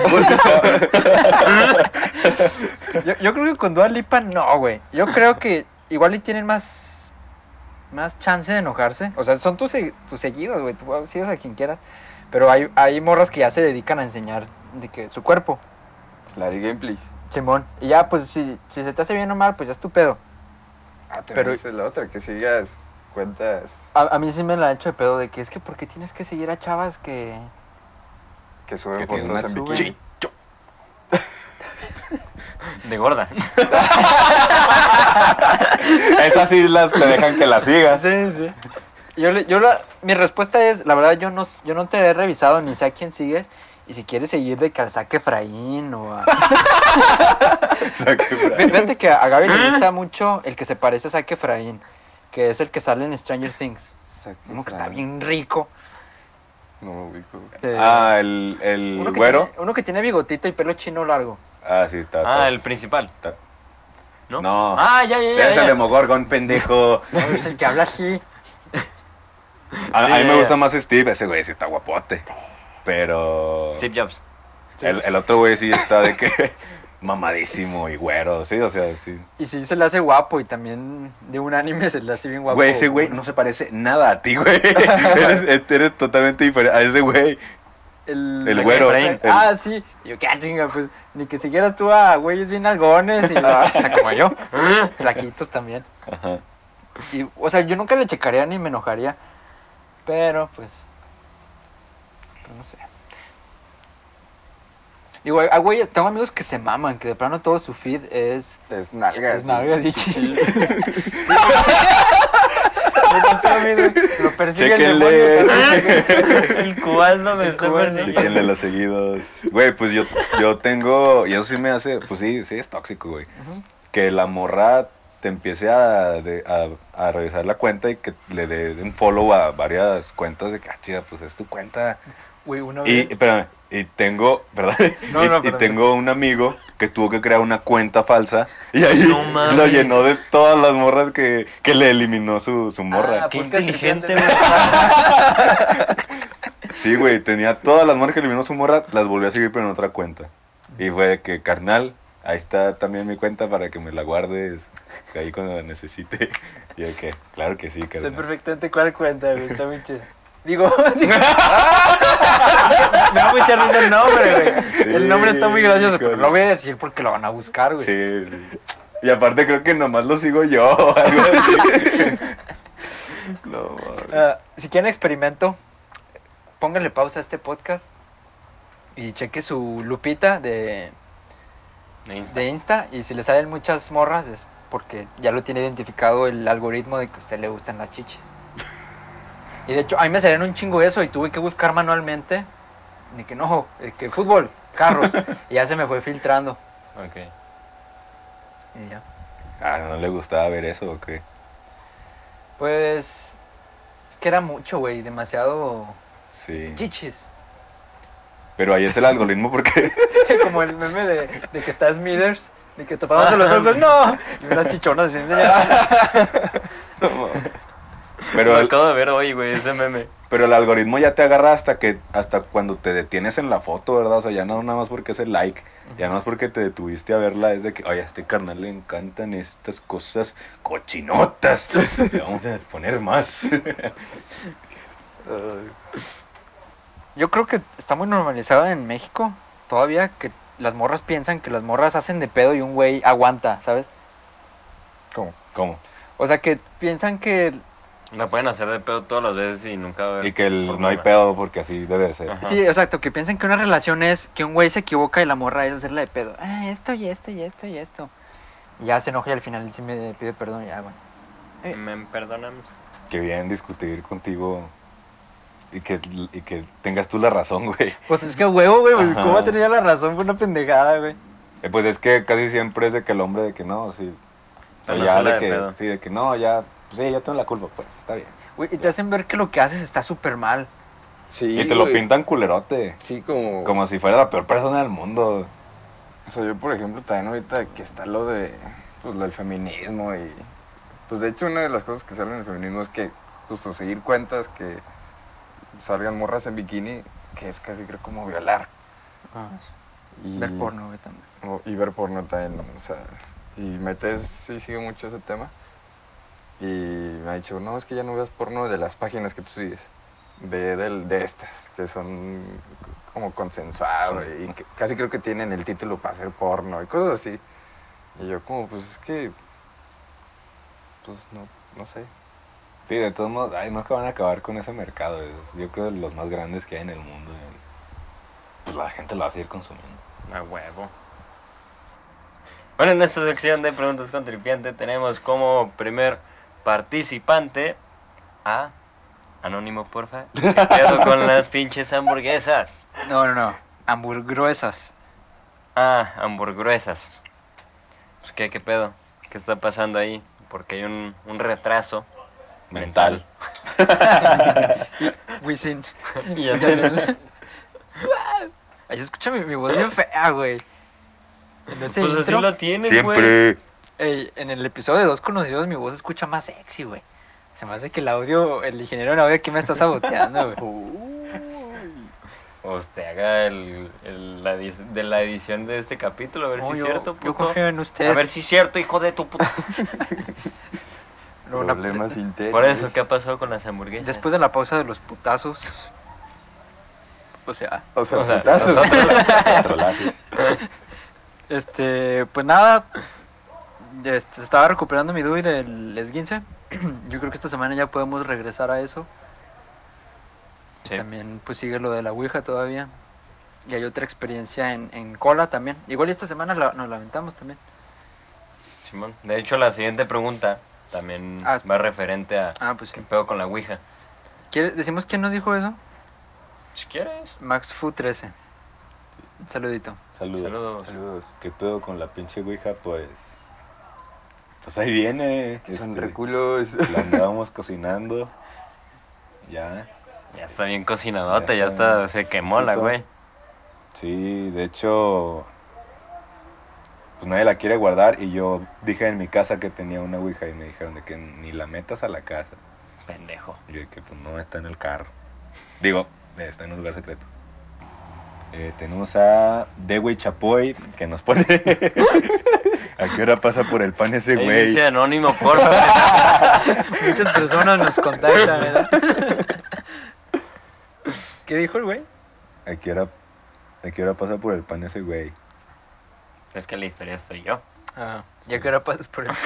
Yo, yo creo que con Dua Lipa no, güey. Yo creo que igual y tienen más más chance de enojarse. O sea, son tus, se- tus seguidos, güey. Tú sigues a quien quieras. Pero hay, hay morras que ya se dedican a enseñar de que su cuerpo. Larry Gameplays. Simón. Y ya, pues, si, si se te hace bien o mal, pues ya es tu pedo. Ah, Pero- pero esa es la otra, que sigas cuentas A, a mí sí me la ha hecho de pedo de que es que ¿por qué tienes que seguir a chavas que... que suben Que tiene fotos una en sube. bikini. De gorda. Esas islas te dejan que las sigas. Sí, sí. Yo, le- yo la, mi respuesta es, la verdad, yo no, s- yo no te he revisado ni sé a quién sigues. Y si quieres seguir de que al Zac Efraín o a... O sea, que- Fí- Fíjate que a Gaby le gusta mucho el que se parece a Zac Efraín, que es el que sale en Stranger Things. Uno que está bien rico. No lo ubico. De- Ah, el, el uno, que güero. tiene, uno que tiene bigotito y pelo chino largo. Ah, sí, está. Ah, está- el principal. está- ¿No? No. Ah, ya, ya, ya. Es el ya. Demogorgon, pendejo. No, es el que habla así. A, Sí, a mí me ya, gusta ya. más Steve, ese güey sí está guapote. Pero. Steve Jobs. El, el otro güey sí está de que. Mamadísimo y güero, sí, o sea, sí. Y sí se le hace guapo y también de un anime se le hace bien guapo. Güey, ese güey no se parece nada a ti, güey. eres, eres totalmente diferente a ese güey. El, El Zac güero, Efraín. el- Ah, sí. Y yo, qué chinga, pues, ni que siguieras tú a güeyes bien algones y, o sea, como yo, flaquitos también. Ajá. Y, o sea, yo nunca le checaría ni me enojaría, pero, pues, pues no sé. Digo, hay hay güeyes, tengo amigos que se maman, que de plano todo su feed es... Es nalgas. Es nalgas y chichis. ¿Qué pasó, amigo? Lo persigue el Chéquenle. demonio también. El cubaldo me El está cubaldo. persiguiendo. Chéquenle los seguidos. Güey, pues yo, yo tengo, y eso sí me hace, pues sí, sí es tóxico, güey. Que la morra te empiece a, de- a, a revisar la cuenta y que le dé un follow a varias cuentas de que, ah, chida, pues es tu cuenta. Güey, una Y, vez... espérame, y tengo, ¿verdad? No, y, no, y perdón. tengo un amigo que tuvo que crear una cuenta falsa y ahí No mames. lo llenó de todas las morras que, que le eliminó su, su morra. Ah, Qué Podcast inteligente, tripiante. güey. Sí, güey, tenía todas las morras que eliminó su morra, las volvió a seguir pero en otra cuenta. Y fue de que, carnal, ahí está también mi cuenta para que me la guardes ahí cuando la necesite. Y yo que, claro que sí, Sé carnal. perfectamente cuál cuenta, güey, está muy chido. Digo, digo me da mucha risa el nombre, güey. El nombre está muy gracioso, pero no lo voy a decir porque lo van a buscar, güey. Sí, sí. Y aparte creo que nomás lo sigo yo o algo así. No, mames. Ah, si quieren experimento, pónganle pausa a este podcast y cheque su lupita de, De Insta. de Insta. Y si le salen muchas morras es porque ya lo tiene identificado el algoritmo de que a usted le gustan las chichis. Y de hecho, a mí me salieron un chingo eso y tuve que buscar manualmente. De que no, de que fútbol, carros. Y ya se me fue filtrando. Ok. Y ya. Ah, ¿no le gustaba ver eso o qué? Pues. Es que era mucho, güey. Demasiado. Sí. Chichis. Pero ahí es el algoritmo porque... Como el meme de, de que está Smithers. De que tapándose los ojos, ¡no! Y unas chichonas así enseñadas. Pero Lo el, acabo de ver hoy, güey, ese meme. pero el algoritmo ya te agarra hasta que hasta cuando te detienes en la foto, ¿verdad? O sea, ya no nada más porque es el like, ya no más porque te detuviste a verla, es de que, oye, a este carnal le encantan estas cosas cochinotas. Le vamos a poner más. Yo creo que está muy normalizado en México todavía que las morras piensan que las morras hacen de pedo y un güey aguanta, ¿sabes? ¿Cómo? ¿Cómo? O sea, que piensan que... La pueden hacer de pedo todas las veces y nunca va a haber Y que el, no problema. hay pedo porque así debe de ser. Ajá. Sí, exacto, que piensan que una relación es que un güey se equivoca y la morra es hacerla de pedo. Ah, esto y esto y esto y esto. Y ya se enoja y al final sí me pide perdón y ya, bueno. Me perdonamos. Qué bien discutir contigo y que, y que tengas tú la razón, güey. Pues es que huevo, güey, pues, Ajá. ¿cómo tenía la razón por una pendejada, güey? Eh, pues es que casi siempre es de que el hombre de que no, sí. O Con la ya sola de de que, pedo. sí, de que no, ya, pues sí, ya tengo la culpa, pues está bien. Güey, y te hacen ver que lo que haces está súper mal. Sí, Y te lo güey. pintan culerote, Sí, como... como si fuera la peor persona del mundo. O sea, yo, por ejemplo, también ahorita que está lo de... Pues lo del feminismo y... Pues de hecho, una de las cosas que salen en el feminismo es que justo seguir cuentas que salgan morras en bikini, que es casi creo como violar. Y, Ver porno, güey, también. o- y ver porno también, ¿no? O sea, y metes, sí sigue mucho ese tema. Y me ha dicho, no, es que ya no veas porno de las páginas que tú sigues. Ve del, de estas, que son como consensuados y que casi creo que tienen el título para hacer porno y cosas así. Y yo como, pues es que, pues no, no sé. Sí, de todos modos, ay, no que van a acabar con ese mercado. Es, yo creo de los más grandes que hay en el mundo. y, Pues la gente lo va a seguir consumiendo. A huevo. Bueno, en esta sección de preguntas con Tripiante tenemos como primer participante a Anónimo, porfa. ¿Qué pedo con las pinches hamburguesas? No, no, no. Hamburguesas. Ah, hamburguesas. Pues, ¿qué, qué pedo? ¿Qué está pasando ahí? Porque hay un, un retraso Mental. Wisin. Y ya te- Ahí se escucha mi, mi voz bien fea, güey. En ese Pues así intro, lo tienes, güey. Siempre. ey, en el episodio de Dos Conocidos mi voz se escucha más sexy, güey. Se me hace que el audio, el ingeniero en audio aquí me está saboteando, güey. Usted haga el, el- la, edi- de la edición de este capítulo, a ver No, si es yo- cierto, Yo puto. confío en usted. A ver si es cierto, hijo de tu puta. No, una- Problemas internos. Por eso, ¿qué ha pasado con las hamburguesas? después de la pausa de los putazos, O sea, O sea, O sea, putazos. nosotros. Patrolazos. este, pues nada, este, estaba recuperando mi Dewey del esguince. Yo creo que esta semana ya podemos regresar a eso. Sí. También pues sigue lo de la Ouija todavía. Y hay otra experiencia en, en cola también. Igual y esta semana la- nos lamentamos también. Simón. De hecho, la siguiente pregunta también Ah, va referente a Ah, pues qué sí. pedo con la Ouija. ¿Quiere- ¿Decimos quién nos dijo eso? Si quieres. MaxFu trece. Saludito. Saludos. Saludos. Saludos. ¿Qué pedo con la pinche Ouija? Pues. Pues ahí viene. Que son este, reculos. La andábamos cocinando. Ya. Ya está bien cocinadota, Ya ya está. está, se quemó la Puto. güey. Sí, de hecho. Pues nadie la quiere guardar. Y yo dije en mi casa que tenía una Ouija. Y me dijeron de que ni la metas a la casa. Pendejo. Y yo de que pues no está en el carro. Digo, está en un lugar secreto. Eh, tenemos a Dewey Chapoy que nos pone. ¿A qué hora pasa por el pan ese Ahí güey? dice anónimo, por favor. Muchas personas nos contactan, ¿verdad? ¿Qué dijo el güey? ¿A qué hora, a qué hora pasa por el pan ese güey? Es que la historia estoy yo. Ah, ya que ahora pasas por el...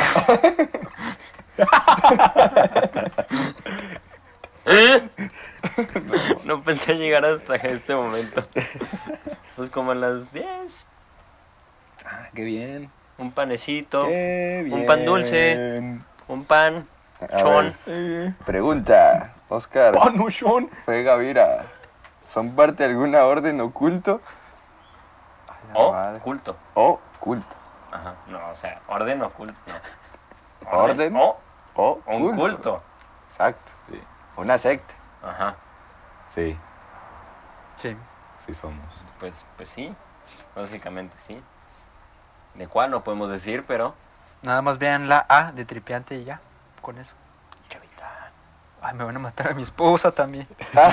No pensé llegar hasta este momento. Pues como a las diez. Ah, qué bien. Un panecito, Qué bien. un pan dulce. un pan, A chón. ver, pregunta, Oscar. Panuchón. Fue Gavira. ¿Son parte de alguna orden oculto? A la O madre. culto. O culto. Ajá. No, o sea, orden o culto. No. Orden. O O un culto. Exacto. Sí. Una secta. Ajá. Sí, Sí. sí somos. Pues, pues sí. Básicamente sí. ¿De cuál no podemos decir, pero? Nada más vean la A de tripiante y ya. Con eso. Chavita. Ay, me van a matar a mi esposa también.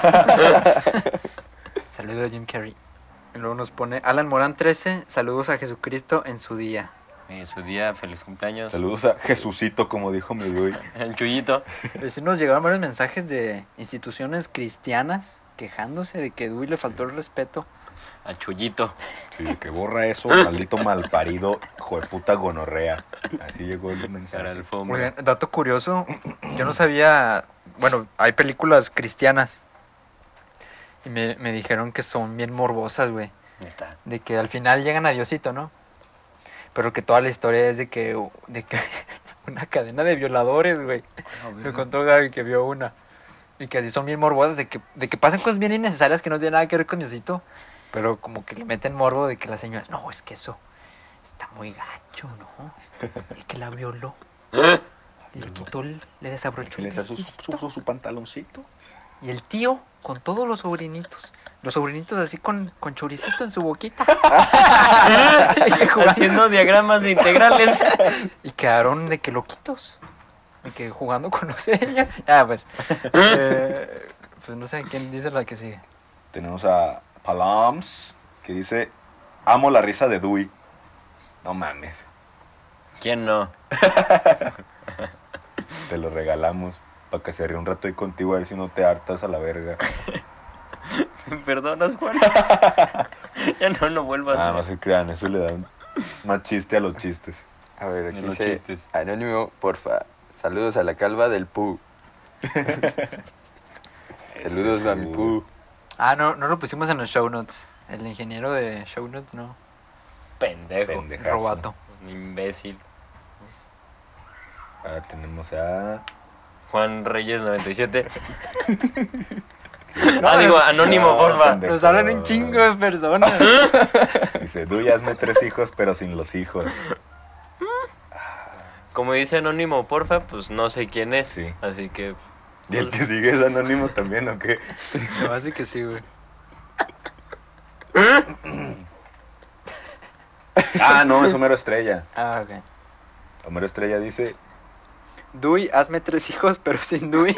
Saludos a Jim Carrey. Y luego nos pone Alan Morán trece. Saludos a Jesucristo en su día. En su día, feliz cumpleaños. Saludos a Jesucito, como dijo mi güey. El Chuyito. Pero sí nos llegaron varios mensajes de instituciones cristianas quejándose de que Dewey le faltó el respeto. A Chuyito. Sí, de que borra eso, maldito malparido, hijo de puta gonorrea. Así llegó el mensaje. Para el fondo. Oigan, dato curioso, yo no sabía, bueno, hay películas cristianas y me, me dijeron que son bien morbosas, güey, Neta. de que al final llegan a Diosito, ¿no? Pero que toda la historia es de que, de que una cadena de violadores, güey. Me contó Gaby que vio una. Y que así son bien morbosas, de que, de que pasan cosas bien innecesarias que no tienen nada que ver con Diosito. Pero como que le meten morbo de que la señora, no, es que eso está muy gacho, ¿no? El que la violó. Le quitó, el- le desabrochó Que el le sacó su, vestidito. su- su pantaloncito. Y el tío con todos los sobrinitos. Los sobrinitos así con, con choricito en su boquita. Y jugando- Haciendo diagramas de integrales. Y quedaron de que loquitos. De que jugando con ella. Ah, pues. eh, pues no sé quién dice la que sigue. Tenemos a Palams, que dice, amo la risa de Dewey. No mames, ¿Quién no? te lo regalamos para que se ría un rato ahí contigo a ver si no te hartas a la verga. ¿Me perdonas, Juan? Ya no lo vuelvas Ah, a no hacer. se crean, eso le da un- más chiste a los chistes. A ver, aquí Ni los dice, chistes. Anónimo, porfa. Saludos a la calva del Pu. Saludos a mi Pu. Ah, no, no lo pusimos en los show notes. El ingeniero de show notes, no. Pendejo. Pendejazo. Robato. Un imbécil. Ahora tenemos a... Juan Reyes noventa y siete. Ah, digo, anónimo, No, porfa. pendejo. Nos hablan un chingo de personas. Dice, Dewey, hazme tres hijos, pero sin los hijos. Como dice anónimo, porfa, pues no sé quién es. Sí. Así que. ¿Y el que sigue es anónimo también o qué? Me parece que sí, güey. Ah, no, es Homero Estrella. Ah, ok. Homero Estrella dice, Dewey, hazme tres hijos, pero sin Dewey.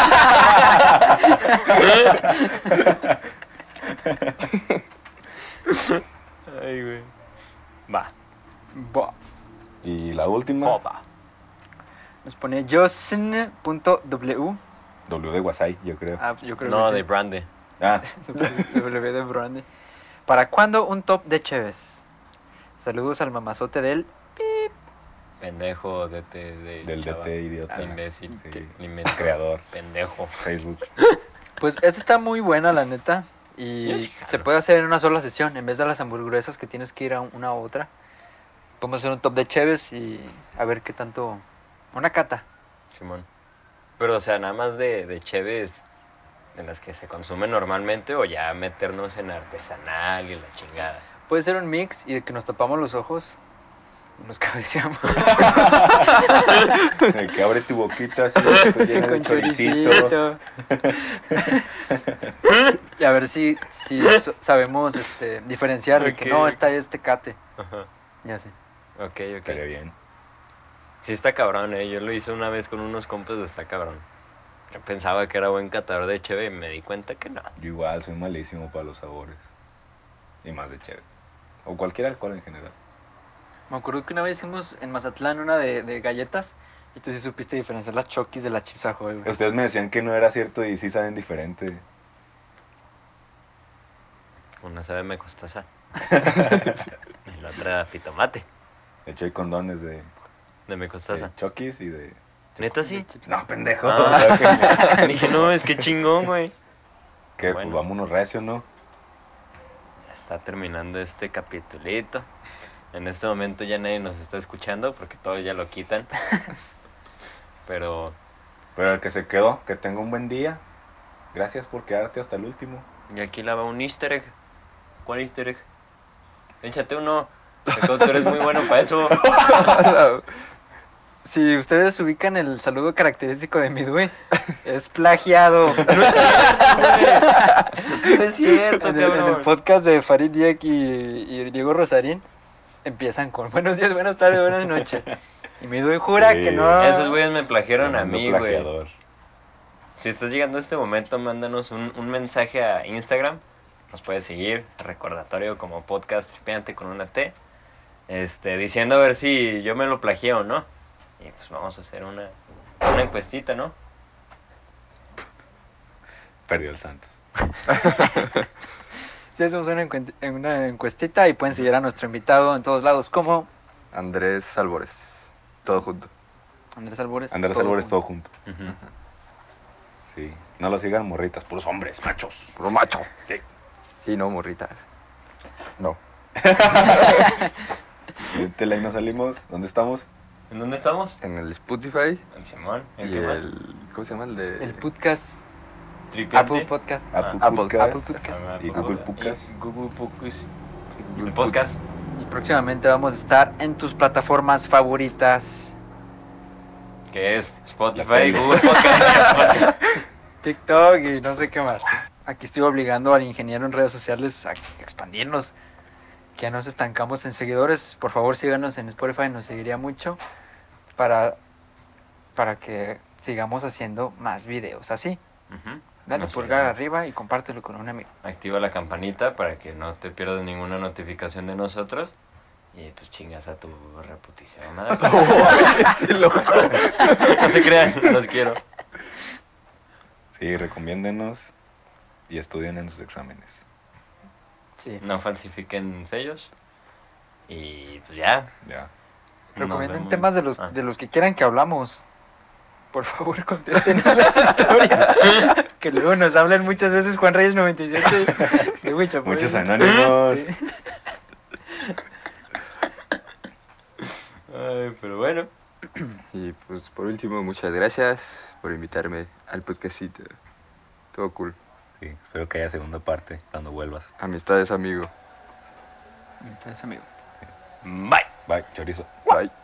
Ay, güey. Va. Buah. y la última, Opa. Nos pone josin.w. W de Guasay, yo creo. Ah, yo creo No, que sí. de Brande. Ah, W de Brandy. ¿Para cuándo un top de cheves? Saludos al mamazote del... Pendejo, D T, de del chava. D T idiota. Imbécil. Sí. Imbécil. Creador. Pendejo. Facebook. Pues esa está muy buena, la neta. Y Yo sí se jalo. puede hacer en una sola sesión. En vez de las hamburguesas que tienes que ir a una a otra. Podemos hacer un top de cheves y a ver qué tanto... Una cata. Simón. Pero, o sea, nada más de, de cheves en las que se consumen normalmente o ya meternos en artesanal y la chingada. Puede ser un mix y de que nos tapamos los ojos y nos cabeceamos. El que abre tu boquita así, después llena de Con choricito. choricito. Y a ver si, si so- sabemos este, diferenciar de que Ok. no, está este cate. Ajá. Ya sé. Ok, Estaría ok. bien. Sí está cabrón, eh. Yo lo hice una vez con unos compas de está cabrón. Yo pensaba que era buen catador de cheve y me di cuenta que no. Yo igual soy malísimo para los sabores. Y más de chévere. O cualquier alcohol en general. Me acuerdo que una vez hicimos en Mazatlán una de, de galletas y tú sí supiste diferenciar las Chokis de las Chips Ahoy, güey. Ustedes me decían que no era cierto y sí saben diferente. Una sabe me costosa. Y la otra pitomate. De hecho hay condones de, De me costosa. de Chokis y de... ¿Neta sí? No, pendejo. Ah. Claro que no. Dije, no, es que chingón, güey. Que Bueno. pues vámonos recio, ¿no? Ya está terminando este capitulito. En este momento ya nadie nos está escuchando porque todos ya lo quitan. Pero Pero el que se quedó, que tenga un buen día. Gracias por quedarte hasta el último. y aquí la va un easter egg. ¿Cuál easter egg? Échate uno. Tú eres muy bueno para eso. Si ustedes ubican el saludo característico de Midway, es plagiado. No es cierto, En el, en el cabrón. podcast de Farid Diek y, y Diego Rosarín empiezan con buenos días, buenas tardes, buenas noches. Y Midway jura Sí. que no. Esos güeyes me plagiaron a Tremendo mí, güey. plagiador. Si estás llegando a este momento, mándanos un, un mensaje a Instagram. Nos puedes seguir, recordatorio como podcast Tripiante con una T. Este, diciendo a ver si yo me lo plagié o no. Y pues vamos a hacer una, una encuestita, ¿no? Perdió el Santos. Sí, hacemos una, encuent- una encuestita y pueden seguir a nuestro invitado en todos lados como Andrés Álvarez. Todo junto. Andrés Albores. Andrés todo Álvarez todo junto. junto. Ujú. Sí. No lo sigan morritas, puros hombres, machos. Puro macho. Sí. Sí, no, morritas. No. De ahí nos salimos. ¿Dónde estamos? ¿En dónde estamos? En el Spotify En Simón. ¿En y qué más? el... ¿Cómo se llama? El de... El podcast, Tripiante. Apple Podcast. Apple, Apple- Podcast. Apple Podcast. Ah, Y Google Podcast. y Google Podcast. Google El podcast. Y próximamente vamos a estar en tus plataformas favoritas. Que es La Spotify, tele. Google Podcast. TikTok y no sé qué más. Aquí estoy obligando al ingeniero en redes sociales a expandirnos. Que ya nos estancamos en seguidores. Por favor, síganos en Spotify, nos seguiría mucho. Para, para que sigamos haciendo más videos así. Ujú. Dale Nos pulgar sigamos. arriba y compártelo con un amigo. Activa la campanita para que no te pierdas ninguna notificación de nosotros. Y pues chingas a tu reputición. madre. No se crean, los quiero. Sí, recomiéndenos y estudien en sus exámenes. Sí. No falsifiquen sellos. Y pues ya. Ya. Nos Recomienden vemos. temas de los, Ah. de los que quieran que hablamos. Por favor, contesten en las historias. Que luego nos hablan muchas veces Juan Reyes noventa y siete. De Huichapoy. Muchos anónimos. Sí. Ay, pero bueno. Y pues por último, muchas gracias por invitarme al podcastito. Todo cool. Sí, espero que haya segunda parte cuando vuelvas. Amistades, amigo. Amistades, amigo. Bye. Bye, chorizo. Bye.